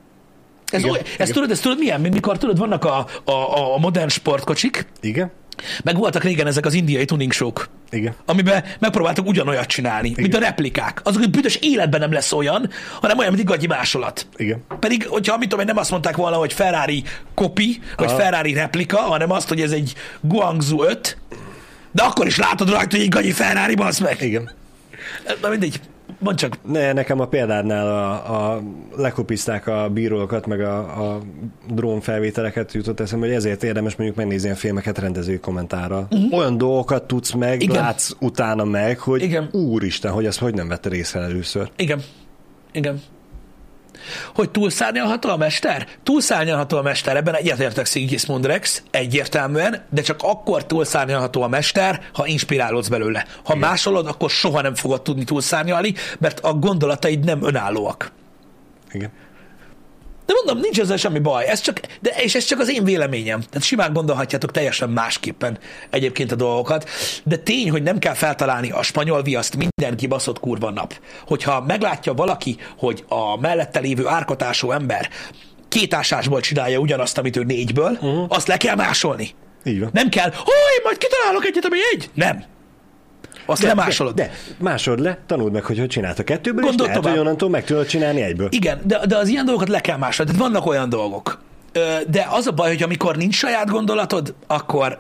Ezt tudod milyen? Mikor tudod, vannak a modern sportkocsik. Igen. Meg voltak régen ezek az indiai tuning show-k. Igen. Amiben megpróbáltak ugyanolyat csinálni, igen, mint a replikák. Azok, hogy büdös életben nem lesz olyan, hanem olyan, mint egy gagyi másolat. Igen. Pedig, hogyha mit tudom, nem azt mondták volna, hogy Ferrari kopi, vagy Ferrari replika, hanem azt, hogy ez egy Guangzhou 5, de akkor is látod rajta, hogy egy gagyi Ferrari, bassz meg. Igen. Na mindegy, mondd csak. Nekem a példádnál lekopizták a bírókat, meg a drón felvételeket jutott eszembe, hogy ezért érdemes mondjuk megnézni a filmeket rendezői kommentárral. Olyan dolgokat tudsz meg, igen, látsz utána meg, hogy igen, úristen, hogy ezt hogy nem vette részre először. Igen. Hogy túlszárnyalható a mester? Túlszárnyalható a mester, ebben egyetértek Sigismund Rex, egyértelműen, de csak akkor túlszárnyalható a mester, ha inspirálódsz belőle. Ha igen, másolod, akkor soha nem fogod tudni túlszárnyalni, mert a gondolataid nem önállóak. Igen. De mondom, nincs ezzel semmi baj, és ez csak az én véleményem. Tehát simán gondolhatjátok teljesen másképpen egyébként a dolgokat, de tény, hogy nem kell feltalálni a spanyol viaszt minden kibaszott kurva nap. Hogyha meglátja valaki, hogy a mellette lévő árkotású ember 2 ásásból csinálja ugyanazt, amit ő 4-ből, azt le kell másolni. Így van. Nem kell, hogy majd kitalálok egyet, ami 1. Nem. Azt lemásolod. De másolod le, tanuld meg, hogy csinálta 2-ből, és lehet, hogy onnantól meg tudod csinálni 1-ből. Igen, de az ilyen dolgokat le kell másolni. Tehát vannak olyan dolgok. De az a baj, hogy amikor nincs saját gondolatod, akkor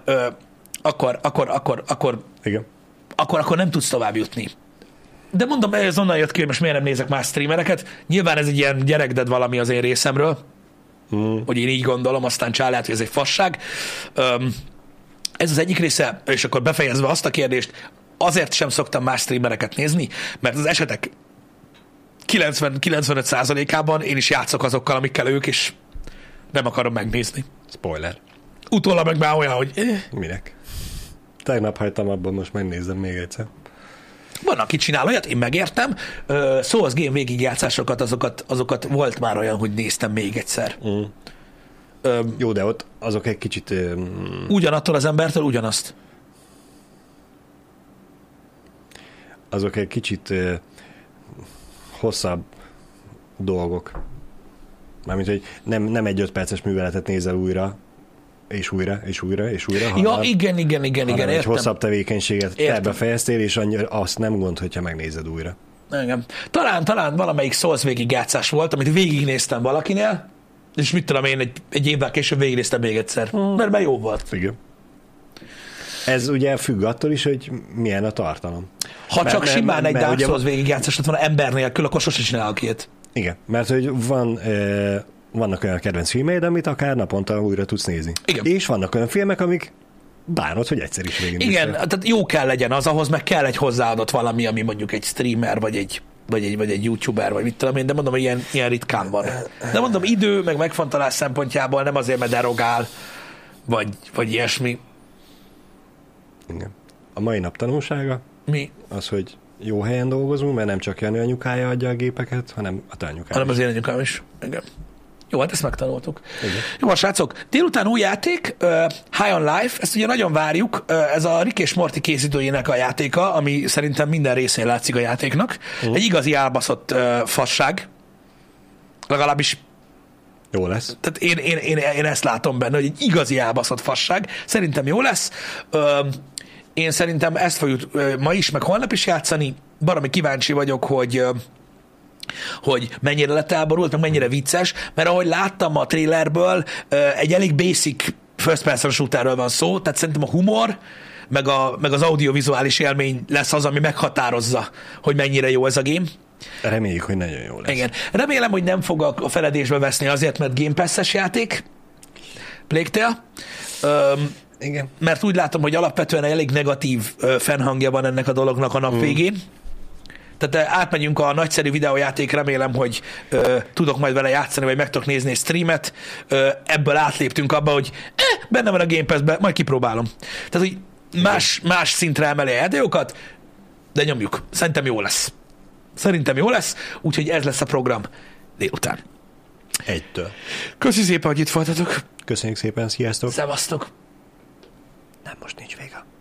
igen, akkor nem tudsz tovább jutni. De mondom, ez onnan jött ki, hogy most miért nem nézek más streamereket. Nyilván ez egy ilyen gyerekded valami az én részemről, hogy én így gondolom, aztán lehet, hogy ez egy fasság. Ez az egyik része, és akkor befejezve azt a kérdést, azért sem szoktam más streamereket nézni, mert az esetek 90-95%-ában én is játszok azokkal, amikkel ők, és nem akarom megnézni. Spoiler. Utólag meg már olyan, hogy... Minek? Tegnap hagytam abban, most megnézem még egyszer. Van, aki csinál olyat, én megértem. Souls Game végigjátszásokat, azokat volt már olyan, hogy néztem még egyszer. Jó, de ott azok egy kicsit... Ugyanattól az embertől ugyanazt. Azok egy kicsit hosszabb dolgok. Mármint, hogy nem egy 5 perces műveletet nézel újra, és újra, és újra, és újra. Ja, igen, egy értem. hosszabb tevékenységet te befejeztél, és azt nem gond, hogyha megnézed újra. Igen. Talán valamelyik Souls végigjátszás volt, amit végignéztem valakinél, és mit tudom én, egy évvel később végignéztem még egyszer, mert jó volt. Igen. Ez ugye függ attól is, hogy milyen a tartalom. Ha csak simán egy Dark Souls végigjátszás lett volna ember nélkül, akkor sose csinálok ilyet. Igen, mert hogy vannak olyan kedvenc filmeid, amit akár naponta újra tudsz nézni. Igen. És vannak olyan filmek, amik bánod, hogy egyszer is végignéztél. Igen, tehát jó kell legyen az, ahhoz meg kell egy hozzáadott valami, ami mondjuk egy streamer, vagy egy youtuber, vagy mit tudom én, de mondom, hogy ilyen ritkán van. De mondom, idő, meg megfontolás szempontjából nem azért, mert derogál, vagy ilyesmi. Igen. A mai nap tanulsága Mi? az, hogy jó helyen dolgozunk, mert nem csak Jani anyukája adja a gépeket, hanem a te anyukája. Hanem az én anyukám is. Igen. Jó, hát ezt megtanultuk. Igen. Jó, srácok, délután új játék, High on Life, ezt ugye nagyon várjuk, ez a Rick és Morty készítőjének a játéka, ami szerintem minden részén látszik a játéknak. Egy igazi elbaszott fasság, legalábbis Jó lesz. tehát én ezt látom benne, hogy egy igazi elbaszott fasság. Szerintem jó lesz. Én szerintem ezt fogjuk ma is, meg holnap is játszani. Baromi kíváncsi vagyok, hogy mennyire lett elborult, meg mennyire vicces, mert ahogy láttam a trailerből, egy elég basic first person shooterről van szó, tehát szerintem a humor, meg az audiovizuális élmény lesz az, ami meghatározza, hogy mennyire jó ez a game. Reméljük, hogy nagyon jó lesz. Igen. Remélem, hogy nem fog a feledésbe veszni azért, mert Game Pass-es játék. Plague Tale. Igen. Mert úgy látom, hogy alapvetően egy elég negatív fennhangja van ennek a dolognak a nap végén. Tehát átmegyünk a nagyszerű videójáték, remélem, hogy tudok majd vele játszani, vagy meg tudok nézni egy streamet. Ebből átléptünk abba, hogy benne van a Game Pass-be, majd kipróbálom. Tehát, hogy más szintre emeli a játékokat, de nyomjuk. Szerintem jó lesz, úgyhogy ez lesz a program délután. 1-től. Köszi szépen, hogy itt voltatok. Köszönjük szépen, sziasztok! Szevasztok! Nem, most nincs vége.